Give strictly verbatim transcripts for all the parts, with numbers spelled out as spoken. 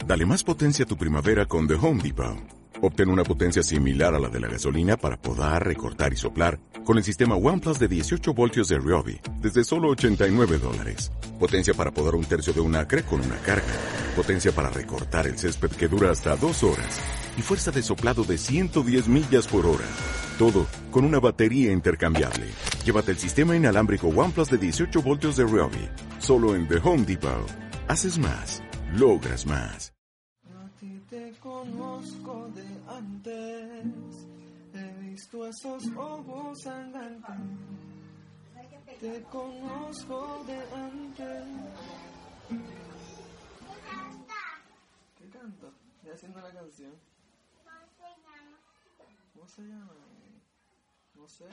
Dale más potencia a tu primavera con The Home Depot. Obtén una potencia similar a la de la gasolina para podar, recortar y soplar con el sistema OnePlus de dieciocho voltios de Ryobi desde solo ochenta y nueve dólares. Potencia para podar un tercio de un acre con una carga. Potencia para recortar el césped que dura hasta dos horas. Y fuerza de soplado de ciento diez millas por hora. Todo con una batería intercambiable. Llévate el sistema inalámbrico OnePlus de dieciocho voltios de Ryobi. Solo en The Home Depot. Haces más. Logras más. Te conozco de antes, he visto esos ojos sangantes. Te conozco de antes. ¿Qué canto? Estoy haciendo la canción. ¿Cómo se llama? No sé.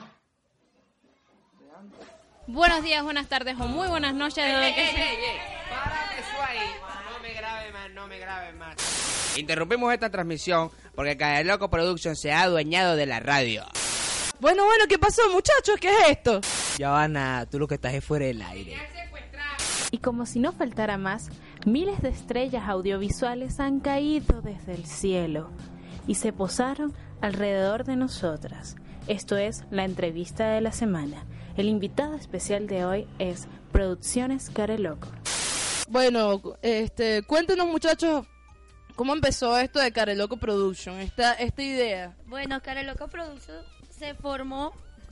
De antes. Buenos días, buenas tardes o muy buenas noches. ¡Ey, ey, ey, ey, ey! ¡Párate eso ahí! No me grabe más, no me grabe más. Interrumpimos esta transmisión porque Careloco Production se ha adueñado de la radio. Bueno, bueno, ¿qué pasó, muchachos? ¿Qué es esto? Ya van a... Tú lo que estás es fuera del aire. Y como si no faltara más, miles de estrellas audiovisuales han caído desde el cielo y se posaron alrededor de nosotras. Esto es la entrevista de la semana. El invitado especial de hoy es Producciones Careloco. Bueno, este, cuéntenos, muchachos, ¿cómo empezó esto de Careloco Production, esta, esta idea? Bueno, Careloco Production se formó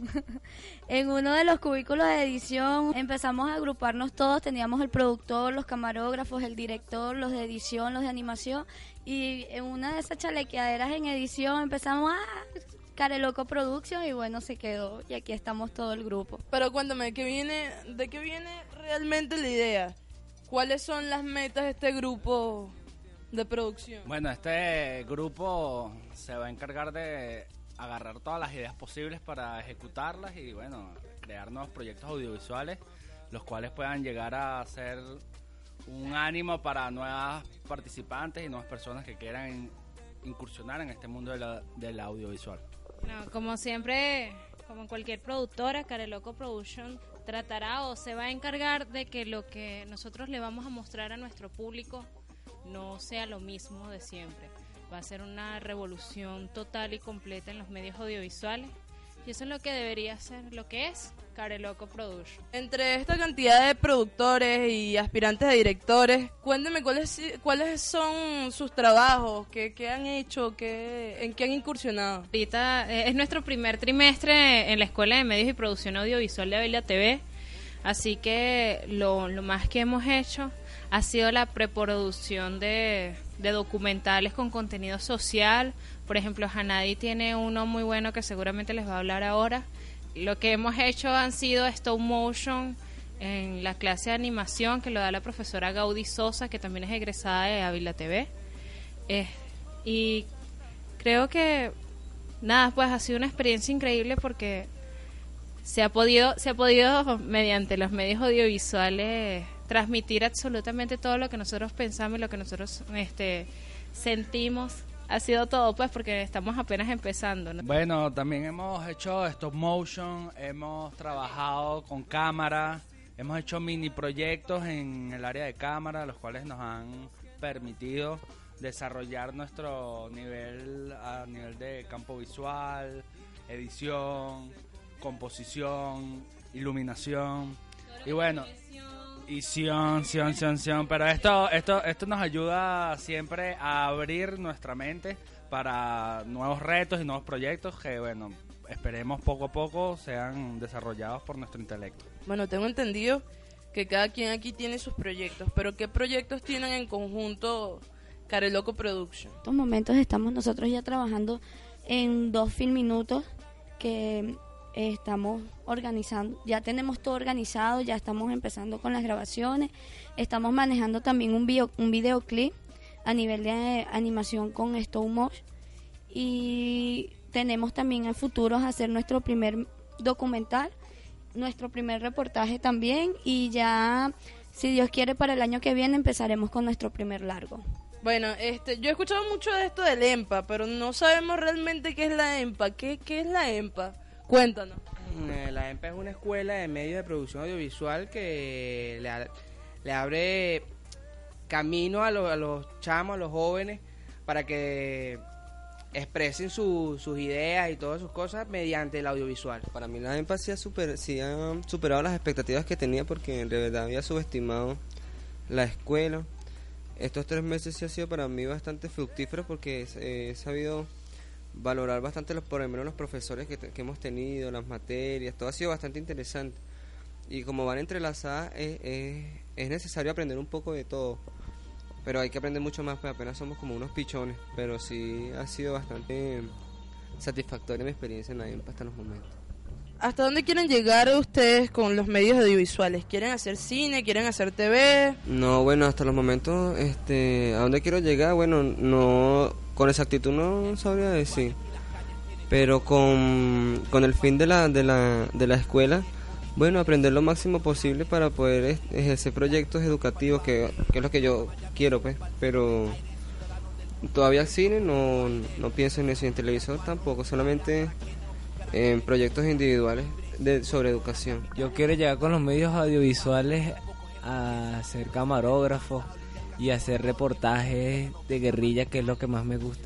en uno de los cubículos de edición. Empezamos a agruparnos todos, teníamos el productor, los camarógrafos, el director, los de edición, los de animación, y en una de esas chalequeaderas en edición empezamos a... Careloco Production, y bueno, se quedó y aquí estamos todo el grupo. Pero cuéntame, ¿qué viene, ¿de qué viene realmente la idea? ¿Cuáles son las metas de este grupo de producción? Bueno, este grupo se va a encargar de agarrar todas las ideas posibles para ejecutarlas y bueno, crear nuevos proyectos audiovisuales, los cuales puedan llegar a ser un ánimo para nuevas participantes y nuevas personas que quieran incursionar en este mundo de la, del audiovisual. No, como siempre, como cualquier productora, Careloco Production tratará o se va a encargar de que lo que nosotros le vamos a mostrar a nuestro público no sea lo mismo de siempre. Va a ser una revolución total y completa en los medios audiovisuales y eso es lo que debería ser, lo que es Careloco Production. Entre esta cantidad de productores y aspirantes a directores, cuénteme cuáles cuáles son sus trabajos, qué, qué han hecho, qué, en qué han incursionado. Ahorita eh, es nuestro primer trimestre en la Escuela de Medios y Producción Audiovisual de Avila T V, así que lo, lo más que hemos hecho ha sido la preproducción de, de documentales con contenido social. Por ejemplo, Hanadi tiene uno muy bueno que seguramente les va a hablar ahora. Lo que hemos hecho han sido stop motion en la clase de animación que lo da la profesora Gaudí Sosa, que también es egresada de Avila T V. Eh, y creo que, nada, pues ha sido una experiencia increíble porque se ha podido, se ha podido mediante los medios audiovisuales transmitir absolutamente todo lo que nosotros pensamos y lo que nosotros este, sentimos. Ha sido todo, pues, porque estamos apenas empezando, ¿no? Bueno, también hemos hecho stop motion, hemos trabajado con cámara, hemos hecho mini proyectos en el área de cámara, los cuales nos han permitido desarrollar nuestro nivel a nivel de campo visual, edición, composición, iluminación y bueno, Sion, Sion, Sion, Sion, pero esto, esto, esto nos ayuda siempre a abrir nuestra mente para nuevos retos y nuevos proyectos que, bueno, esperemos poco a poco sean desarrollados por nuestro intelecto. Bueno, tengo entendido que cada quien aquí tiene sus proyectos, pero ¿qué proyectos tienen en conjunto Careloco Production? En estos momentos estamos nosotros ya trabajando en dos film minutos que estamos organizando, ya tenemos todo organizado, ya estamos empezando con las grabaciones, estamos manejando también un video, un videoclip a nivel de animación con stop motion y tenemos también en futuros hacer nuestro primer documental, nuestro primer reportaje también y ya, si Dios quiere, para el año que viene empezaremos con nuestro primer largo. Bueno, este, yo he escuchado mucho de esto del E M P A, pero no sabemos realmente qué es la E M P A. ¿Qué, qué es la E M P A? Cuéntanos. La E M P A es una escuela de medios de producción audiovisual que le, le abre camino a, lo, a los chamos, a los jóvenes, para que expresen su, sus ideas y todas sus cosas mediante el audiovisual. Para mí la EMPA sí ha, super, sí ha superado las expectativas que tenía, porque en realidad había subestimado la escuela. Estos tres meses sí ha sido para mí bastante fructífero, porque he, he sabido valorar bastante los, por lo menos los profesores que, que hemos tenido, las materias, todo ha sido bastante interesante. Y como van entrelazadas, es, es, es necesario aprender un poco de todo. Pero hay que aprender mucho más, pues apenas somos como unos pichones. Pero sí ha sido bastante satisfactoria mi experiencia en la EMPA hasta los momentos. ¿Hasta dónde quieren llegar ustedes con los medios audiovisuales? ¿Quieren hacer cine? ¿Quieren hacer T V? No, bueno, hasta los momentos, este, ¿a dónde quiero llegar? Bueno, no, con exactitud no sabría decir. Pero con, con el fin de la, de la, de la escuela, bueno, aprender lo máximo posible para poder ejercer proyectos educativos, que, que es lo que yo quiero, pues. Pero todavía cine no, no pienso en eso, y en televisor tampoco, solamente en proyectos individuales de, sobre educación. Yo quiero llegar con los medios audiovisuales a ser camarógrafo y hacer reportajes de guerrilla, que es lo que más me gusta,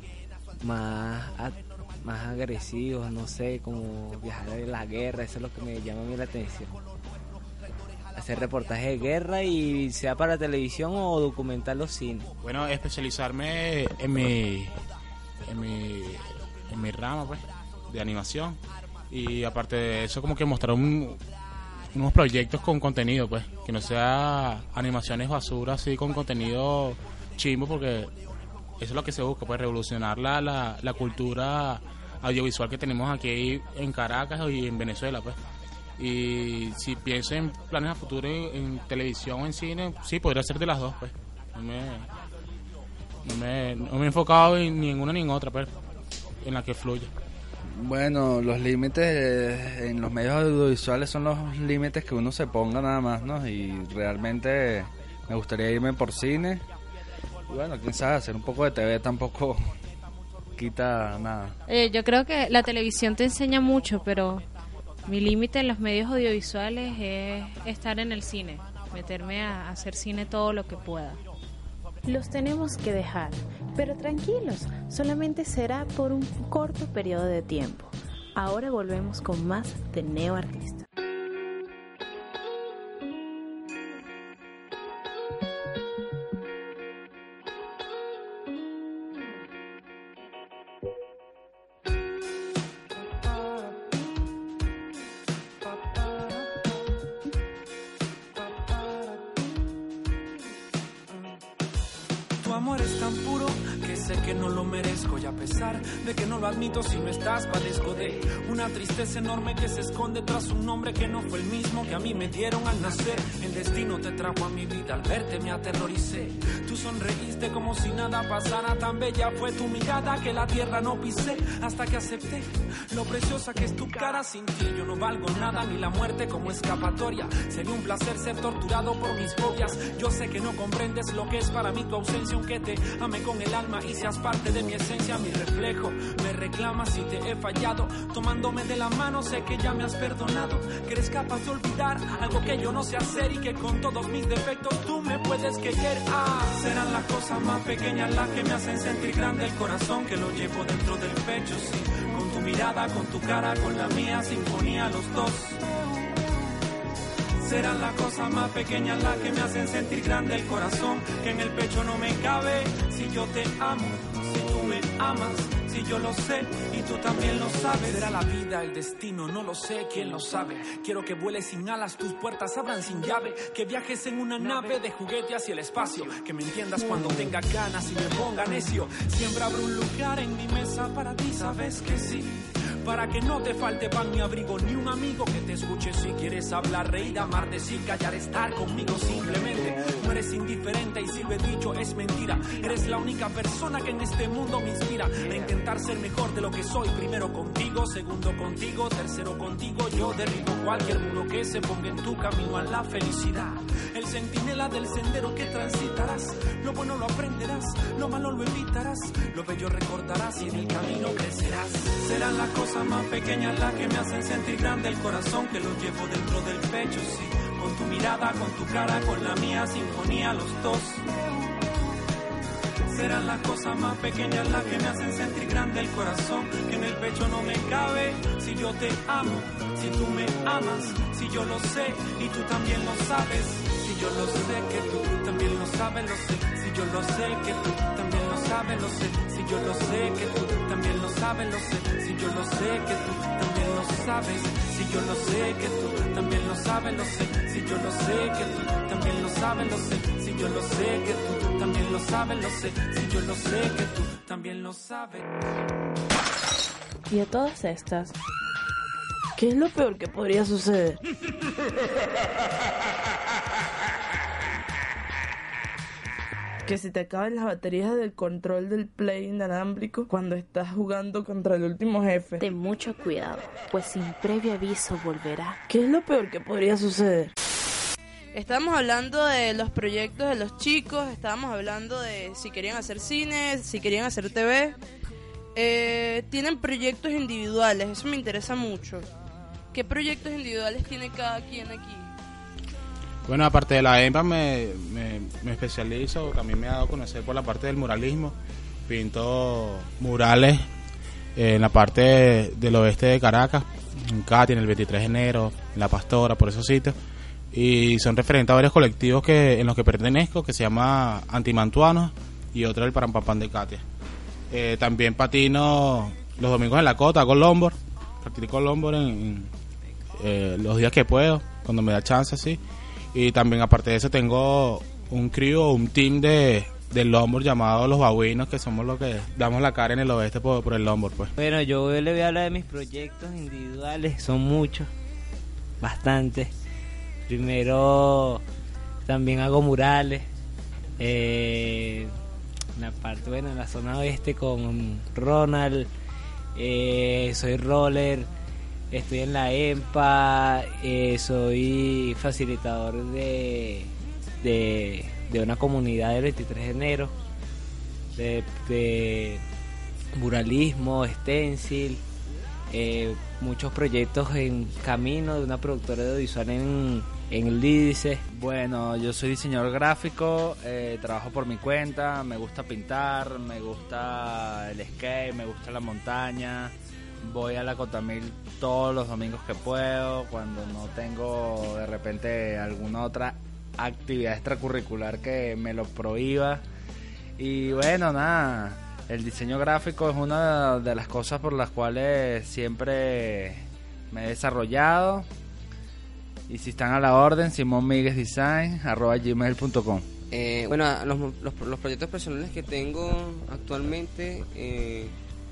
más a, más agresivos, no sé, como viajar a la guerra, eso es lo que me llama a mí la atención. Hacer reportajes de guerra, y sea para televisión o documentar los cines. Bueno, especializarme en mi, en mi, en mi rama, pues, de animación, y aparte de eso, como que mostrar un, unos proyectos con contenido, pues, que no sea animaciones basura, así con contenido chimbo, porque eso es lo que se busca, pues, revolucionar la, la, la cultura audiovisual que tenemos aquí en Caracas y en Venezuela, pues. Y si pienso en planes a futuro en, en televisión o en cine, sí, podría ser de las dos, pues. No me, no me, no me he enfocado en, ni en una ni en otra, pues, en la que fluya. Bueno, los límites en los medios audiovisuales son los límites que uno se ponga nada más, ¿no? Y realmente me gustaría irme por cine. Y bueno, quién sabe, hacer un poco de T V tampoco quita nada. Eh, yo creo que la televisión te enseña mucho, pero mi límite en los medios audiovisuales es estar en el cine, meterme a hacer cine todo lo que pueda. Los tenemos que dejar, pero tranquilos, solamente será por un corto periodo de tiempo. Ahora volvemos con más de Neo Artista. Amor es tan puro que sé que no lo merezco, y a pesar de que no lo admito, si no estás padezco de una tristeza enorme que se esconde tras un nombre que no fue el mismo que a mí me dieron al nacer. El destino te trajo a mi vida, al verte me aterroricé. Tú sonreíste como si nada pasara, tan bella fue tu mirada que la tierra no pisé, hasta que acepté lo preciosa que es tu cara. Sin ti yo no valgo nada, ni la muerte como escapatoria. Sería un placer ser torturado por mis fobias. Yo sé que no comprendes lo que es para mí tu ausencia, aunque te ame con el alma y seas parte de mi esencia. Mi reflejo me reclama si te he fallado, tomándome de la mano sé que ya me has perdonado, que eres capaz de olvidar algo que yo no sé hacer, y que con todos mis defectos tú me puedes querer. Ah, serán las cosas más pequeñas las que me hacen sentir grande el corazón, que lo llevo dentro del pecho, sí, con tu mirada, con tu cara, con la mía, sinfonía los dos. Serán las cosas más pequeñas las que me hacen sentir grande el corazón, que en el pecho no me cabe. Si yo te amo, si tú me amas, si yo lo sé y tú también lo sabes. Será la vida, el destino, no lo sé, quién lo sabe. Quiero que vueles sin alas, tus puertas abran sin llave, que viajes en una nave de juguete hacia el espacio, que me entiendas cuando tenga ganas y me ponga necio. Siempre habrá un lugar en mi mesa para ti, sabes que sí, para que no te falte pan ni abrigo, ni un amigo que te escuche si quieres hablar, reír, amar, decir, callar, estar conmigo simplemente. No eres indiferente y si lo he dicho es mentira. Eres la única persona que en este mundo me inspira a intentar ser mejor de lo que soy. Primero contigo, segundo contigo, tercero contigo. Yo derribo cualquier muro que se ponga en tu camino a la felicidad. El centinela del sendero que transitarás. Lo bueno lo aprenderás, lo malo lo evitarás. Lo bello recordarás y en el camino crecerás. Serán las cosas más pequeñas las que me hacen sentir grande el corazón, que lo llevo dentro del pecho, sí, Con tu mirada, con tu cara, con la mía, sinfonía los dos. Serán las cosas más pequeñas las que me hacen sentir grande el corazón, que en el pecho no me cabe. Si yo te amo, si tú me amas, si yo lo sé y tú también lo sabes. Si yo lo sé que tú también lo sabes, lo sé. Si yo lo sé que tú también lo sabes, lo sé. Si yo lo sé que tú también lo sabes, lo sé. Si yo lo sé que tú también lo sabes. Si yo lo sé que tú también lo sabes, lo sé. Si yo lo sé que tú también lo sabes, lo sé. Si yo lo sé que tú también lo sabes, lo sé. Si yo lo sé que tú también lo sabes. Y a todas estas, ¿qué es lo peor que podría suceder? Que se te acaben las baterías del control del play inalámbrico cuando estás jugando contra el último jefe. ten mucho cuidado, pues sin previo aviso volverá. ¿Qué es lo peor que podría suceder? Estábamos hablando de los proyectos de los chicos, estábamos hablando de si querían hacer cine, si querían hacer T V. Eh, tienen proyectos individuales, eso me interesa mucho. ¿Qué proyectos individuales tiene cada quien aquí? Bueno, aparte de la E M P A me, me, me especializo, también me he dado a conocer por la parte del muralismo. Pinto murales en la parte del oeste de Caracas, en Katia, en el veintitrés de enero, en La Pastora, por esos sitios. Y son referentes a varios colectivos que en los que pertenezco, que se llama Antimantuanos y otro el Parampapán de Katia. Eh, también patino los domingos en la Cota, hago longboard, practico longboard en, en eh, los días que puedo, cuando me da chance, sí. Y también aparte de eso tengo un crew o un team de, de longboard llamado Los Babuinos, que somos los que damos la cara en el oeste por, por el longboard, pues. Bueno, yo le voy a hablar de mis proyectos individuales, son muchos, bastantes. Primero también hago murales, eh, en la parte, bueno, en la zona oeste con Ronald, eh, soy roller, estoy en la E M P A, eh, soy facilitador de, de, de una comunidad del veintitrés de enero, de, de muralismo, stencil, eh, muchos proyectos en camino de una productora de audiovisual en, en el Lídice. Bueno, yo soy diseñador gráfico, eh, trabajo por mi cuenta, me gusta pintar, me gusta el skate, me gusta la montaña. Voy a la Cotamil todos los domingos que puedo, cuando no tengo de repente alguna otra actividad extracurricular que me lo prohíba. Y bueno, nada, el diseño gráfico es una de las cosas por las cuales siempre me he desarrollado. Y si están a la orden, simon miguez design arroba gmail punto com. Eh, bueno, los, los, los proyectos personales que tengo actualmente eh,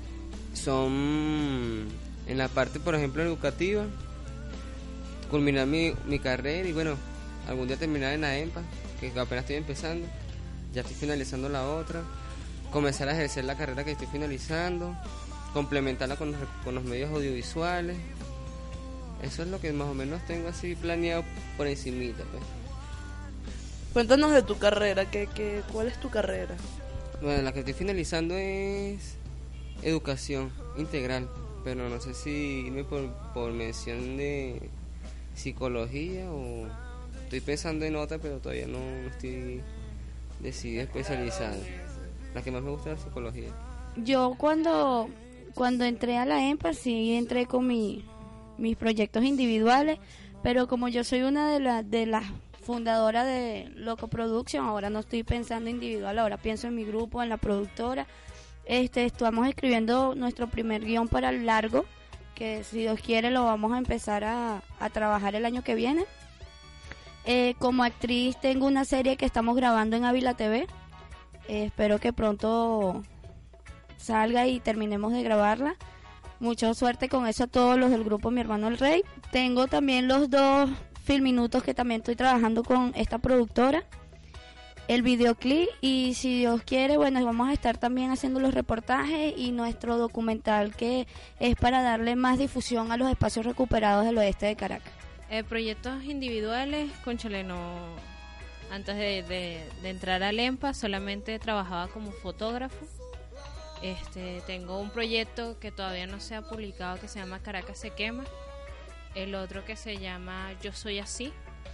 son en la parte, por ejemplo, educativa, culminar mi, mi carrera y bueno, algún día terminar en la E M P A, que apenas estoy empezando, ya estoy finalizando la otra, comenzar a ejercer la carrera que estoy finalizando, complementarla con los, con los medios audiovisuales. Eso es lo que más o menos tengo así planeado por encimita, pues. Cuéntanos de tu carrera, ¿qué, qué, ¿cuál es tu carrera? Bueno, la que estoy finalizando es educación integral, pero no sé si irme por, por mención de psicología o estoy pensando en otra, pero todavía no, no estoy decidido especializado. La que más me gusta es la psicología. Yo cuando, cuando entré a la E M P A sí entré con mi, mis proyectos individuales, pero como yo soy una de, la, de las fundadoras de Loco Production, ahora no estoy pensando individual, ahora pienso en mi grupo, en la productora. Este, estamos escribiendo nuestro primer guión para el largo, que si Dios quiere lo vamos a empezar a, a trabajar el año que viene. Eh, como actriz tengo una serie que estamos grabando en Ávila T V. Eh, espero que pronto salga y terminemos de grabarla. Mucha suerte con eso a todos los del grupo Mi Hermano el Rey. Tengo también los dos filminutos que también estoy trabajando con esta productora. El videoclip y si Dios quiere, bueno, vamos a estar también haciendo los reportajes y nuestro documental que es para darle más difusión a los espacios recuperados del oeste de Caracas. Eh, proyectos individuales, cónchale, no, antes de, de, de entrar al E M P A solamente trabajaba como fotógrafo. Este, tengo un proyecto que todavía no se ha publicado que se llama Caracas se quema, el otro que se llama Yo soy así,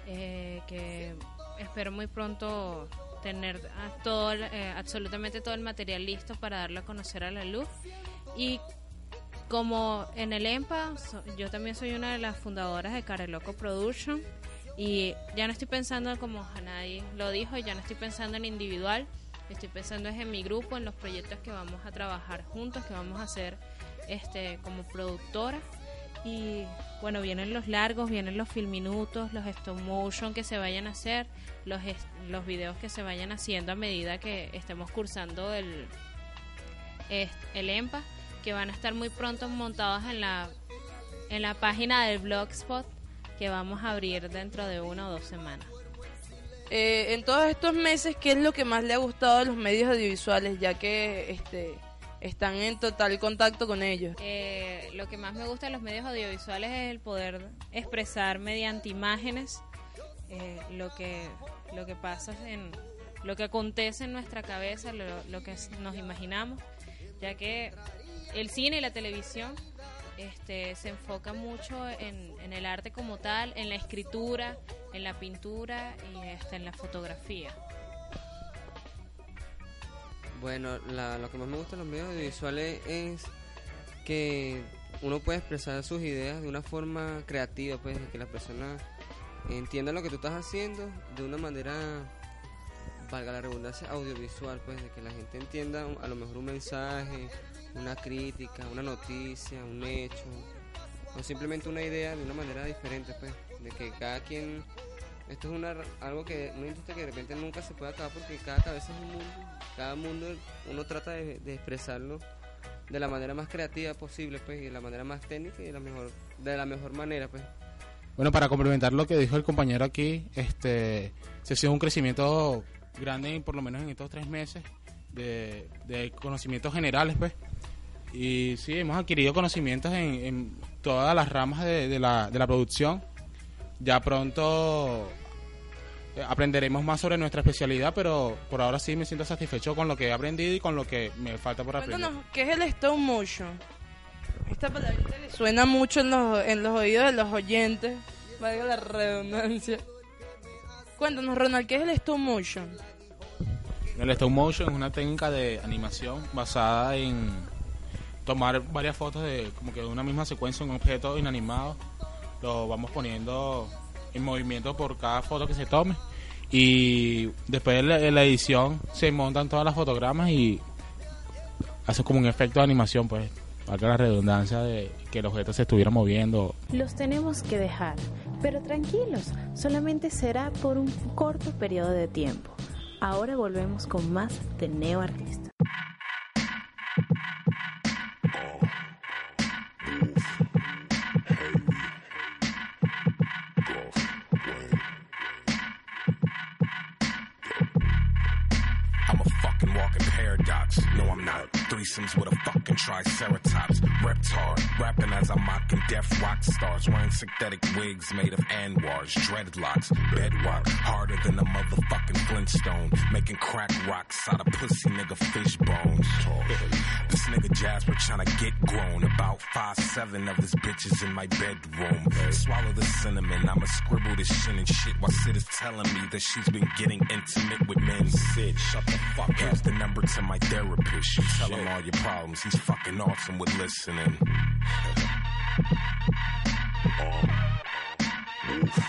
eh, que espero muy pronto tener a todo, eh, absolutamente todo el material listo para darlo a conocer a la luz. Y como en el EMPA, so, yo también soy una de las fundadoras de Careloco Production, y ya no estoy pensando, como Hanadi lo dijo, ya no estoy pensando en individual, estoy pensando es en mi grupo, en los proyectos que vamos a trabajar juntos, que vamos a hacer este como productora. Y bueno, vienen los largos, vienen los filminutos, los stop motion que se vayan a hacer, los los videos que se vayan haciendo a medida que estemos cursando el el EMPA, que van a estar muy pronto montados en la en la página del Blogspot, que vamos a abrir dentro de una o dos semanas. Eh, en todos estos meses, ¿qué es lo que más le ha gustado de los medios audiovisuales, ya que este están en total contacto con ellos? Eh, lo que más me gusta de los medios audiovisuales es el poder expresar mediante imágenes eh, lo que lo que pasa en lo que acontece en nuestra cabeza, lo, lo que nos imaginamos, ya que el cine y la televisión este, se enfoca mucho en, en el arte como tal, en la escritura, en la pintura y hasta en la fotografía. Bueno, la, lo que más me gusta de los medios audiovisuales es que uno puede expresar sus ideas de una forma creativa, pues, que las personas entiendan lo que tú estás haciendo de una manera, valga la redundancia, audiovisual, pues, de que la gente entienda a lo mejor un mensaje, una crítica, una noticia, un hecho, o simplemente una idea de una manera diferente, pues, de que cada quien, esto es una algo que una industria que de repente nunca se puede acabar, porque cada cabeza es un mundo, cada mundo uno trata de, de expresarlo de la manera más creativa posible, pues, y de la manera más técnica y de la mejor de la mejor manera, pues. Bueno, para complementar lo que dijo el compañero aquí, este se ha sido un crecimiento grande, por lo menos en estos tres meses, de, de conocimientos generales, pues. Y sí, hemos adquirido conocimientos en, en todas las ramas de, de, la, de la producción. Ya pronto aprenderemos más sobre nuestra especialidad, pero por ahora sí me siento satisfecho con lo que he aprendido y con lo que me falta por aprender. Cuéntanos, ¿qué es el stop motion? Esta palabrita le suena mucho en los, en los oídos de los oyentes, valga la redundancia. Cuéntanos, Ronald, ¿qué es el stop motion? El stop motion es una técnica de animación basada en tomar varias fotos de como que de una misma secuencia, un objeto inanimado, lo vamos poniendo en movimiento por cada foto que se tome, y después en la, en la edición se montan todas las fotogramas y hace como un efecto de animación, pues, valga la redundancia, de que el objeto se estuviera moviendo. Los tenemos que dejar, pero tranquilos, solamente será por un corto periodo de tiempo. Ahora volvemos con más de Neo Artista. Paradox. No, I'm not. Threesomes with a fucking triceratops. Reptar, rapping as I'm mocking deaf rock stars. Wearing synthetic wigs made of Anwars. Dreadlocks, bedrock, harder than a motherfucking Flintstone. Making crack rocks out of pussy nigga fish bones. This nigga Jasper tryna get grown. About five seven of his bitches in my bedroom. Swallow the cinnamon, I'ma scribble this shit and shit while Sid is telling me that she's been getting intimate with men. Sid, shut the fuck up. Here's the number to my therapist. You tell him all your problems. He's fucking awesome with listening. um, oof.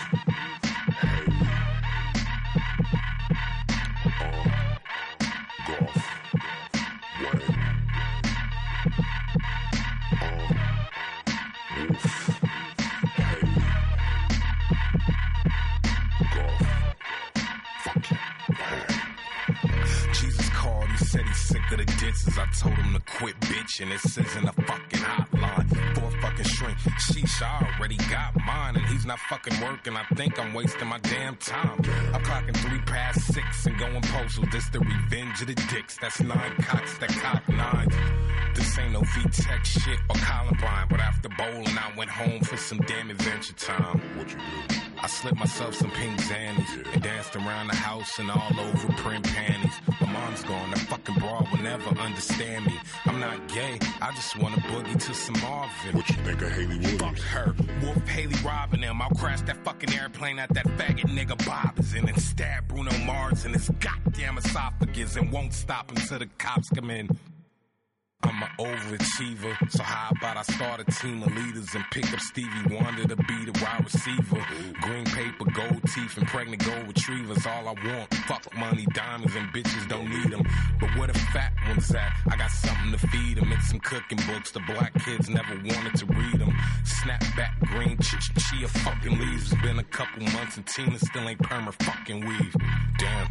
I told him to quit bitching. This isn't a fucking hotline for a fucking shrink. Sheesh, I already got mine, and he's not fucking working. I think I'm wasting my damn time. I'm clocking three past six and going postal. This the revenge of the dicks. That's nine cocks that cock nine. This ain't no V-Tech shit or Columbine, but after bowling, I went home for some damn adventure time. What you do? I slipped myself some pink zannies yeah. and danced around the house and all over print panties. My mom's gone, that fucking broad will never understand me. I'm not gay, I just want to boogie to some Marvin. What you think of Haley Williams? Fuck her, Wolf Haley robbing them. I'll crash that fucking airplane at that faggot nigga Bob is in and stab Bruno Mars in his goddamn esophagus and won't stop until the cops come in. I'm an overachiever, so how about I start a team of leaders and pick up Stevie Wonder to be the wide receiver. Green paper, gold teeth, and pregnant gold retrievers, all I want. Fuck money, diamonds, and bitches don't need them. But where the fat ones at? I got something to feed them. It's some cooking books the black kids never wanted to read them. Snapback green ch- chia fucking leaves. It's been a couple months and Tina still ain't perma fucking weave. Damn.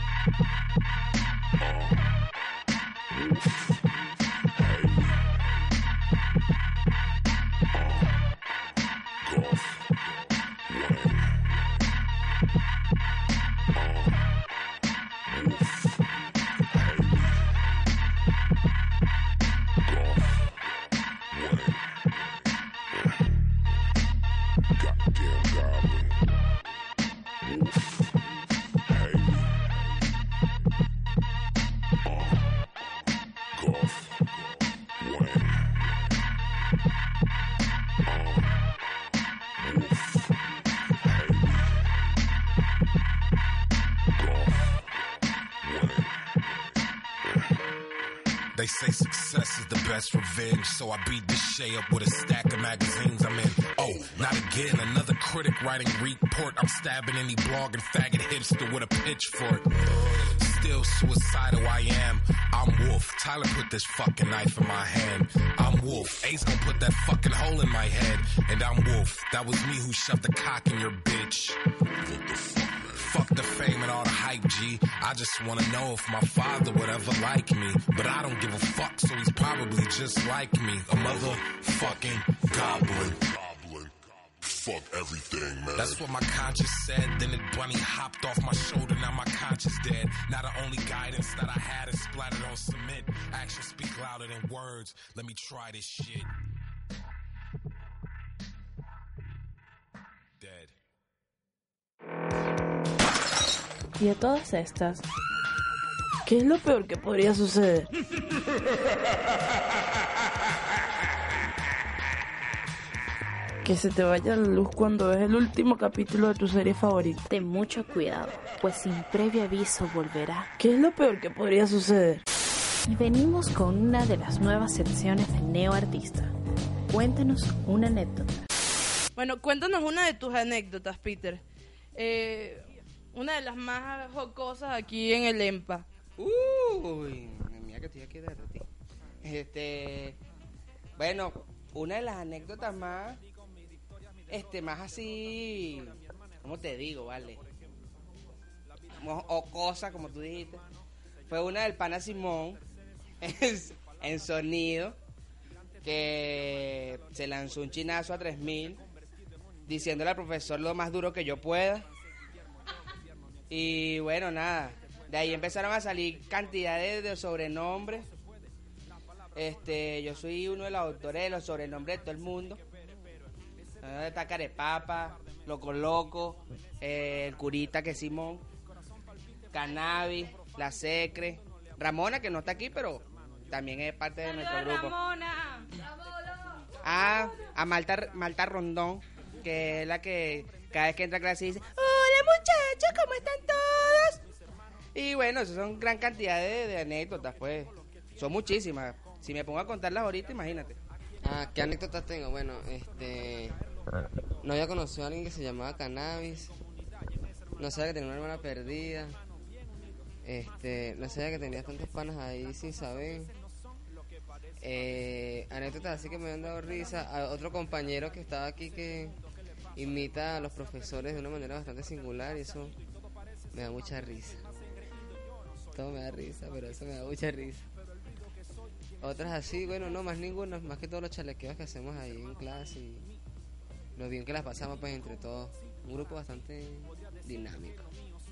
Uh, oof. They say success is the best revenge, so I beat this Shay up with a stack of magazines I'm in. Oh, not again, another critic writing report. I'm stabbing any blogging faggot hipster with a pitchfork. Still suicidal I am. I'm Wolf. Tyler put this fucking knife in my hand. I'm Wolf. Ace gon' put that fucking hole in my head. And I'm Wolf. That was me who shoved the cock in your bitch. What the fuck? Fuck the fame and all the hype, G. I just wanna know if my father would ever like me. But I don't give a fuck, so he's probably just like me. A motherfucking goblin. Goblin. Fuck everything, man. That's what my conscience said. Then it bunny hopped off my shoulder, now my conscience dead. Now the only guidance that I had is splattered on cement. Actions speak louder than words. Let me try this shit. Dead. Y a todas estas, ¿qué es lo peor que podría suceder? Que se te vaya la luz cuando ves el último capítulo de tu serie favorita. Ten mucho cuidado, pues sin previo aviso volverá. ¿Qué es lo peor que podría suceder? Y venimos con una de las nuevas secciones de Neo Artista. Cuéntanos una anécdota. Bueno, cuéntanos una de tus anécdotas, Peter. Eh... Una de las más jocosas aquí en el EMPA. Uy, mira que estoy aquí de ti. Este, bueno, una de las anécdotas más, este, más así, ¿cómo te digo, vale? O cosas, como tú dijiste, fue una del pana Simón en, en sonido, que se lanzó un chinazo a tres mil, diciéndole al profesor lo más duro que yo pueda. Y bueno, nada, de ahí empezaron a salir cantidades de sobrenombres. Este, yo soy uno de los autores de los sobrenombres de todo el mundo. Está Carepapa, Loco Loco, eh, el Curita que es Simón, Cannabis, La Secre, Ramona que no está aquí pero también es parte de nuestro grupo. Ramona. Ah, a Malta, Malta Rondón, que es la que cada vez que entra a clase dice: hola muchachos, ¿cómo están todos? Y bueno, eso son gran cantidad de, de anécdotas, pues. Son muchísimas. Si me pongo a contarlas ahorita, imagínate. Ah, ¿qué anécdotas tengo? Bueno, este... no había conocido a alguien que se llamaba Cannabis. No sabía que tenía una hermana perdida. Este... No sabía que tenía tantos panas ahí sin saber. Eh, anécdotas así que me han dado risa. A otro compañero que estaba aquí que imita a los profesores de una manera bastante singular y eso me da mucha risa. Todo me da risa, pero eso me da mucha risa. Otras así, bueno, no, más ninguna, más que todos los chalequeos que hacemos ahí en clase y lo bien que las pasamos pues entre todos. Un grupo bastante dinámico.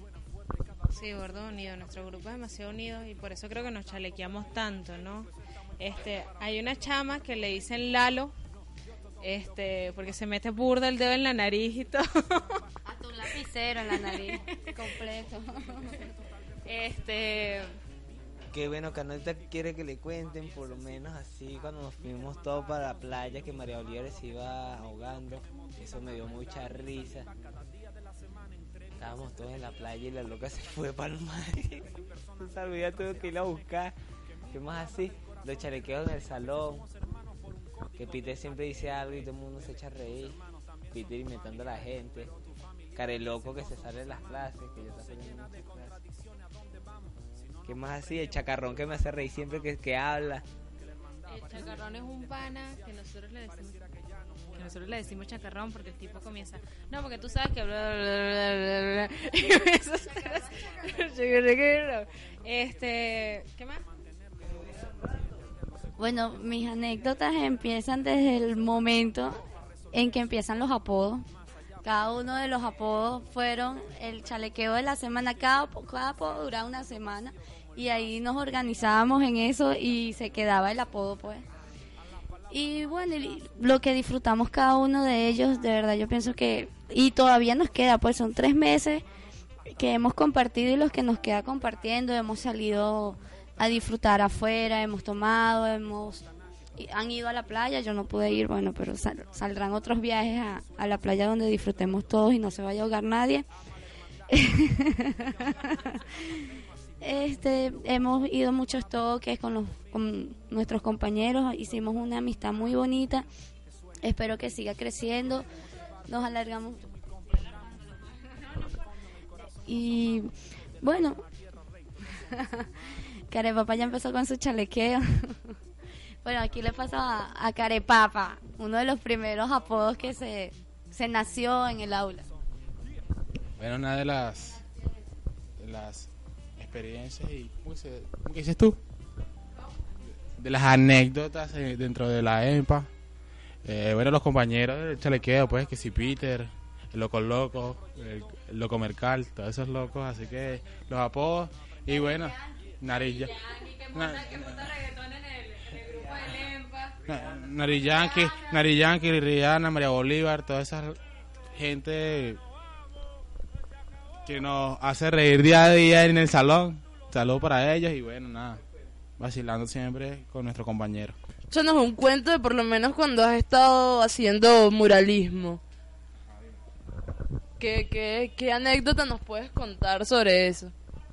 Sí, gordo, unido. Nuestro grupo es demasiado unido y por eso creo que nos chalequeamos tanto, ¿no? Este, hay una chama que le dicen Lalo, este, porque se mete burda el dedo en la nariz y todo. Hasta un lapicero en la nariz, completo. Este... Qué bueno que Anita quiere que le cuenten, por lo menos así, cuando nos fuimos todos para la playa, que María Oliver se iba ahogando. Eso me dio mucha risa. Estábamos todos en la playa y la loca se fue para el mar. Entonces ya tuve que ir a buscar. ¿Qué más así? Los chalequeos en el salón. Que Peter siempre dice algo y todo el mundo se echa a reír. Peter imitando a la gente. Careloco que se sale de las clases, que yo también en muchas clases. ¿Qué más así? El chacarrón que me hace reír siempre que, que habla. El chacarrón es un pana que nosotros le decimos que nosotros le decimos chacarrón porque el tipo comienza, no, porque tú sabes que bla, bla, bla, bla, bla, y comienza a este, ¿qué más? Bueno, mis anécdotas empiezan desde el momento en que empiezan los apodos. Cada uno de los apodos fueron el chalequeo de la semana. Cada, cada apodo duraba una semana y ahí nos organizábamos en eso y se quedaba el apodo, pues. Y bueno, y lo que disfrutamos cada uno de ellos, de verdad yo pienso que... Y todavía nos queda, pues son tres meses que hemos compartido y los que nos queda compartiendo. Hemos salido a disfrutar afuera, hemos tomado, hemos... han ido a la playa, yo no pude ir, bueno, pero sal, saldrán otros viajes a, a la playa donde disfrutemos todos y no se vaya a ahogar nadie. este hemos ido a muchos toques con, los, con nuestros compañeros, hicimos una amistad muy bonita, espero que siga creciendo, nos alargamos y bueno, Carepapa ya empezó con su chalequeo. Bueno, aquí le pasó a, a Carepapa, uno de los primeros apodos que se, se nació en el aula. Bueno, una de las, de las experiencias y ¿cómo, se, ¿cómo dices tú? De las anécdotas eh, dentro de la E M P A. Eh, bueno, los compañeros del chalequeo, pues, que si Peter, el Loco Loco, el, el Loco Mercal, todos esos locos, así que los apodos. Y bueno, Narilla. Nari Yankee, Nari Yankee, Rihanna, María Bolívar, toda esa gente que nos hace reír día a día en el salón. Saludos para ellos y bueno, nada, vacilando siempre con nuestro compañero. Échanos un cuento de por lo menos cuando has estado haciendo muralismo. ¿Qué, qué, qué anécdota nos puedes contar sobre eso?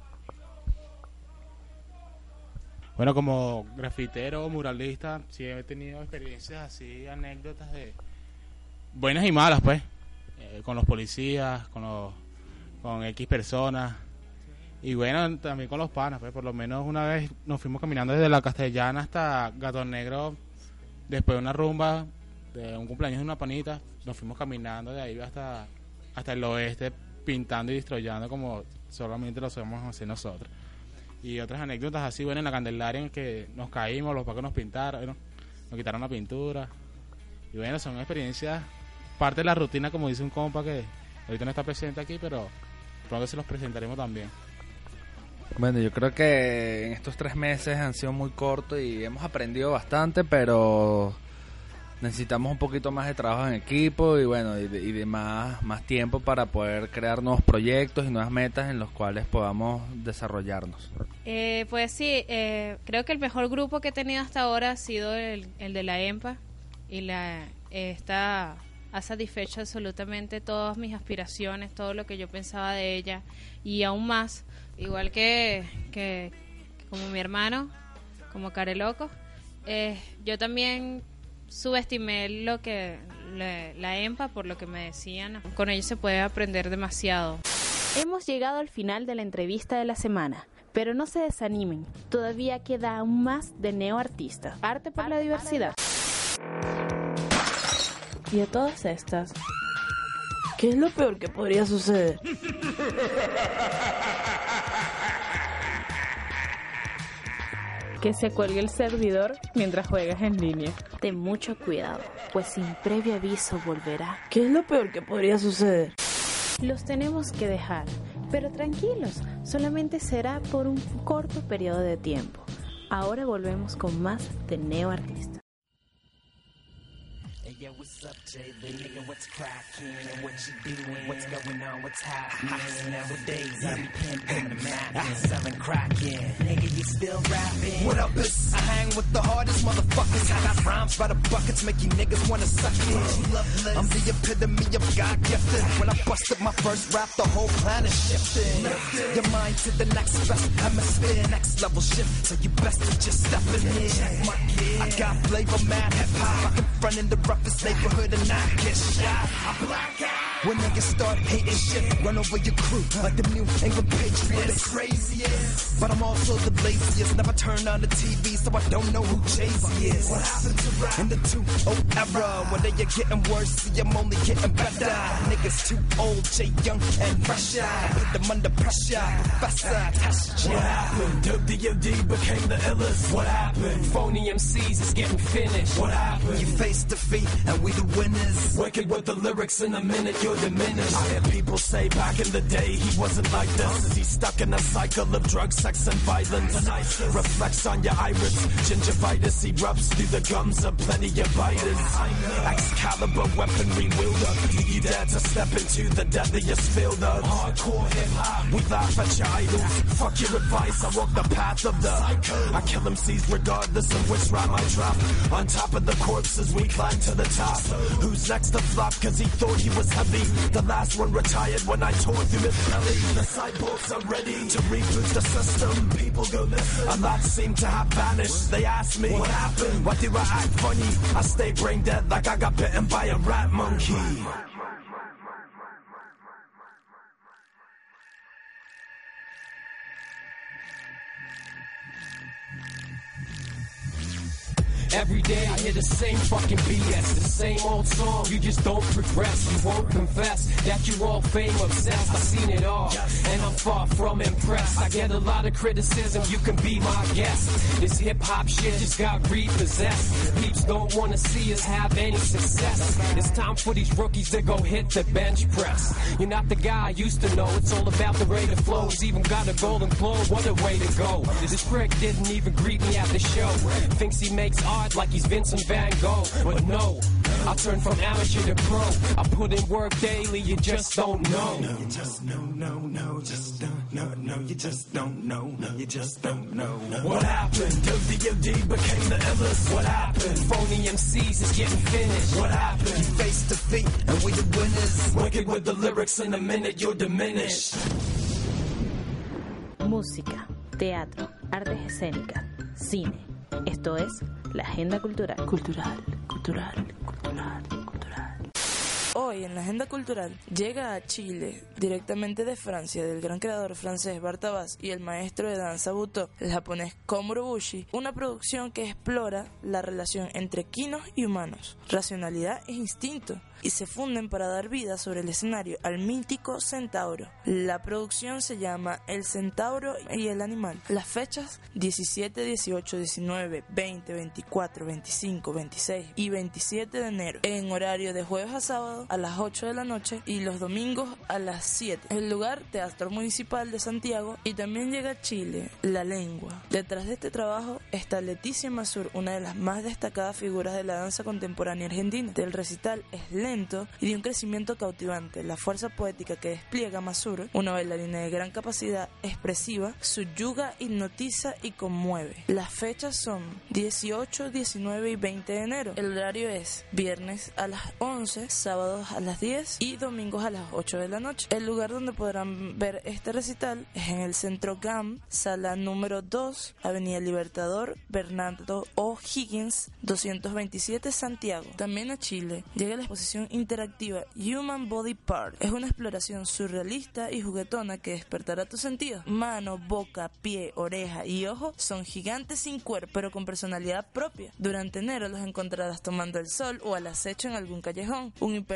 Bueno, como grafitero o muralista, sí he tenido experiencias así, anécdotas de buenas y malas, pues, eh, con los policías, con los, con X personas, y bueno, también con los panas, pues, por lo menos una vez nos fuimos caminando desde la Castellana hasta Gato Negro, después de una rumba, de un cumpleaños de una panita, nos fuimos caminando de ahí hasta, hasta el oeste, pintando y destroyando como solamente lo sabemos hacer nosotros. Y otras anécdotas así, bueno, en la Candelaria en que nos caímos, los pacos nos pintaron, nos quitaron la pintura. Y bueno, son experiencias, parte de la rutina, como dice un compa que ahorita no está presente aquí, pero pronto se los presentaremos también. Bueno, yo creo que en estos tres meses han sido muy cortos y hemos aprendido bastante, pero necesitamos un poquito más de trabajo en equipo y bueno, y de, y de más, más tiempo para poder crear nuevos proyectos y nuevas metas en los cuales podamos desarrollarnos. Eh, pues sí, eh, creo que el mejor grupo que he tenido hasta ahora ha sido el, el de la E M P A y la esta ha satisfecho absolutamente todas mis aspiraciones, todo lo que yo pensaba de ella y aún más, igual que, que, que como mi hermano, como Careloco, eh, yo también subestimé lo que la, la E M P A por lo que me decían. Con ellos se puede aprender demasiado. Hemos llegado al final de la entrevista de la semana, pero no se desanimen, todavía queda aún más de Neo Artista, arte por la diversidad. Y de todas estas, ¿qué es lo peor que podría suceder? Que se cuelgue el servidor mientras juegas en línea. Ten mucho cuidado, pues sin previo aviso volverá. ¿Qué es lo peor que podría suceder? Los tenemos que dejar, pero tranquilos, solamente será por un corto periodo de tiempo. Ahora volvemos con más de Neo Artista. Hey yo, what's up, Jay? Nigga, what's crackin'? And what you doing? What's going on? What's happening? Nowadays, I be pimpin' the map, selling crackin'. Nigga, you still rapping? What up, is? I hang with the hardest motherfuckers. I got rhymes by the buckets, make you niggas wanna suck it. I'm the epitome of God gifted. When I busted my first rap, the whole planet shifted. Your mind to the next best hemisphere, next level shift. So you best to just step in here. I got flavor, mad hip hop. I can front in the roughest neighborhood and not get shot. I black out. When niggas start hating shit, run over your crew like the New England Patriots. Craziest, but I'm also the laziest. Never turn on the T V, so I don't know who Jay-Z is. What happened to rap in the two oh era? When they are getting worse, see I'm only getting better. Niggas too old, Jay young and fresher. I put them under pressure, Professor test ya. What happened? W O D became the illest. What happened? Phony M Cs is getting finished. What happened? You face defeat and we the winners. Wicked with the lyrics in a minute, you're diminished. I hear people say back in the day he wasn't like this. Is he stuck in a cycle of drugs, sex and violence? Reflects on your iris, gingivitis erupts through the gums of plenty of biters. Excalibur weaponry wielder, do you dare to step into the deadliest field of hardcore hip hop? We laugh at your idols, fuck your advice, I walk the path of the psycho. I kill M Cs regardless of which rhyme I drop. On top of the corpses we climb to the top. Who's next to flop cause he thought he was heavy? The last one retired when I tore through his belly. The cyborgs are ready to reboot the system. People go listen. A lot seem to have vanished. They ask me, what happened? Why do I act funny? I stay brain dead like I got bitten by a rat monkey. Every day I hear the same fucking B S, the same old song, you just don't progress. You won't confess that you all fame obsessed. I've seen it all, and I'm far from impressed. I get a lot of criticism, you can be my guest. This hip hop shit just got repossessed. Peeps don't wanna see us have any success. It's time for these rookies to go hit the bench press. You're not the guy I used to know, it's all about the rate of flow. He's even got a golden globe, what a way to go. This prick didn't even greet me at the show. Thinks he makes art like he's Vincent Van Gogh, but no, I turn from amateur to pro. I put in work daily, you just don't know. No, you just no, no, no, just don't know, no, you just don't know, no, you just don't know. What happened? W O D became the illest. What happened? Phony M Cs is getting finished. What happened? You face defeat and we the winners. Wicked with the lyrics in a minute, you're diminished. Música, teatro, artes escénicas, cine. Esto es la agenda cultural. Cultural, cultural, cultural, cultural. Hoy en la agenda cultural llega a Chile, directamente de Francia, del gran creador francés Bartabás y el maestro de danza Butoh, el japonés Komuro Bushi, una producción que explora la relación entre quinos y humanos, racionalidad e instinto, y se funden para dar vida sobre el escenario al mítico centauro. La producción se llama El Centauro y el Animal. Las fechas diecisiete, dieciocho, diecinueve, veinte, veinticuatro, veinticinco, veintiséis y veintisiete de enero, en horario de jueves a sábado a las ocho de la noche y los domingos a las siete. El lugar, Teatro Municipal de Santiago. Y también llega a Chile La Lengua. Detrás de este trabajo está Leticia Mazur, una de las más destacadas figuras de la danza contemporánea argentina. El recital es lento y de un crecimiento cautivante. La fuerza poética que despliega Mazur, una bailarina de gran capacidad expresiva, subyuga, hipnotiza y conmueve. Las fechas son dieciocho, diecinueve y veinte de enero. El horario es viernes a las once, sábados a las diez y domingos a las ocho de la noche. El lugar donde podrán ver este recital es en el Centro G A M, sala número dos, Avenida Libertador, Bernardo O'Higgins, doscientos veintisiete, Santiago. También a Chile llega la exposición interactiva Human Body Part. Es una exploración surrealista y juguetona que despertará tus sentidos. Mano, boca, pie, oreja y ojo son gigantes sin cuerpo, pero con personalidad propia. Durante enero los encontrarás tomando el sol o al acecho en algún callejón. Un imper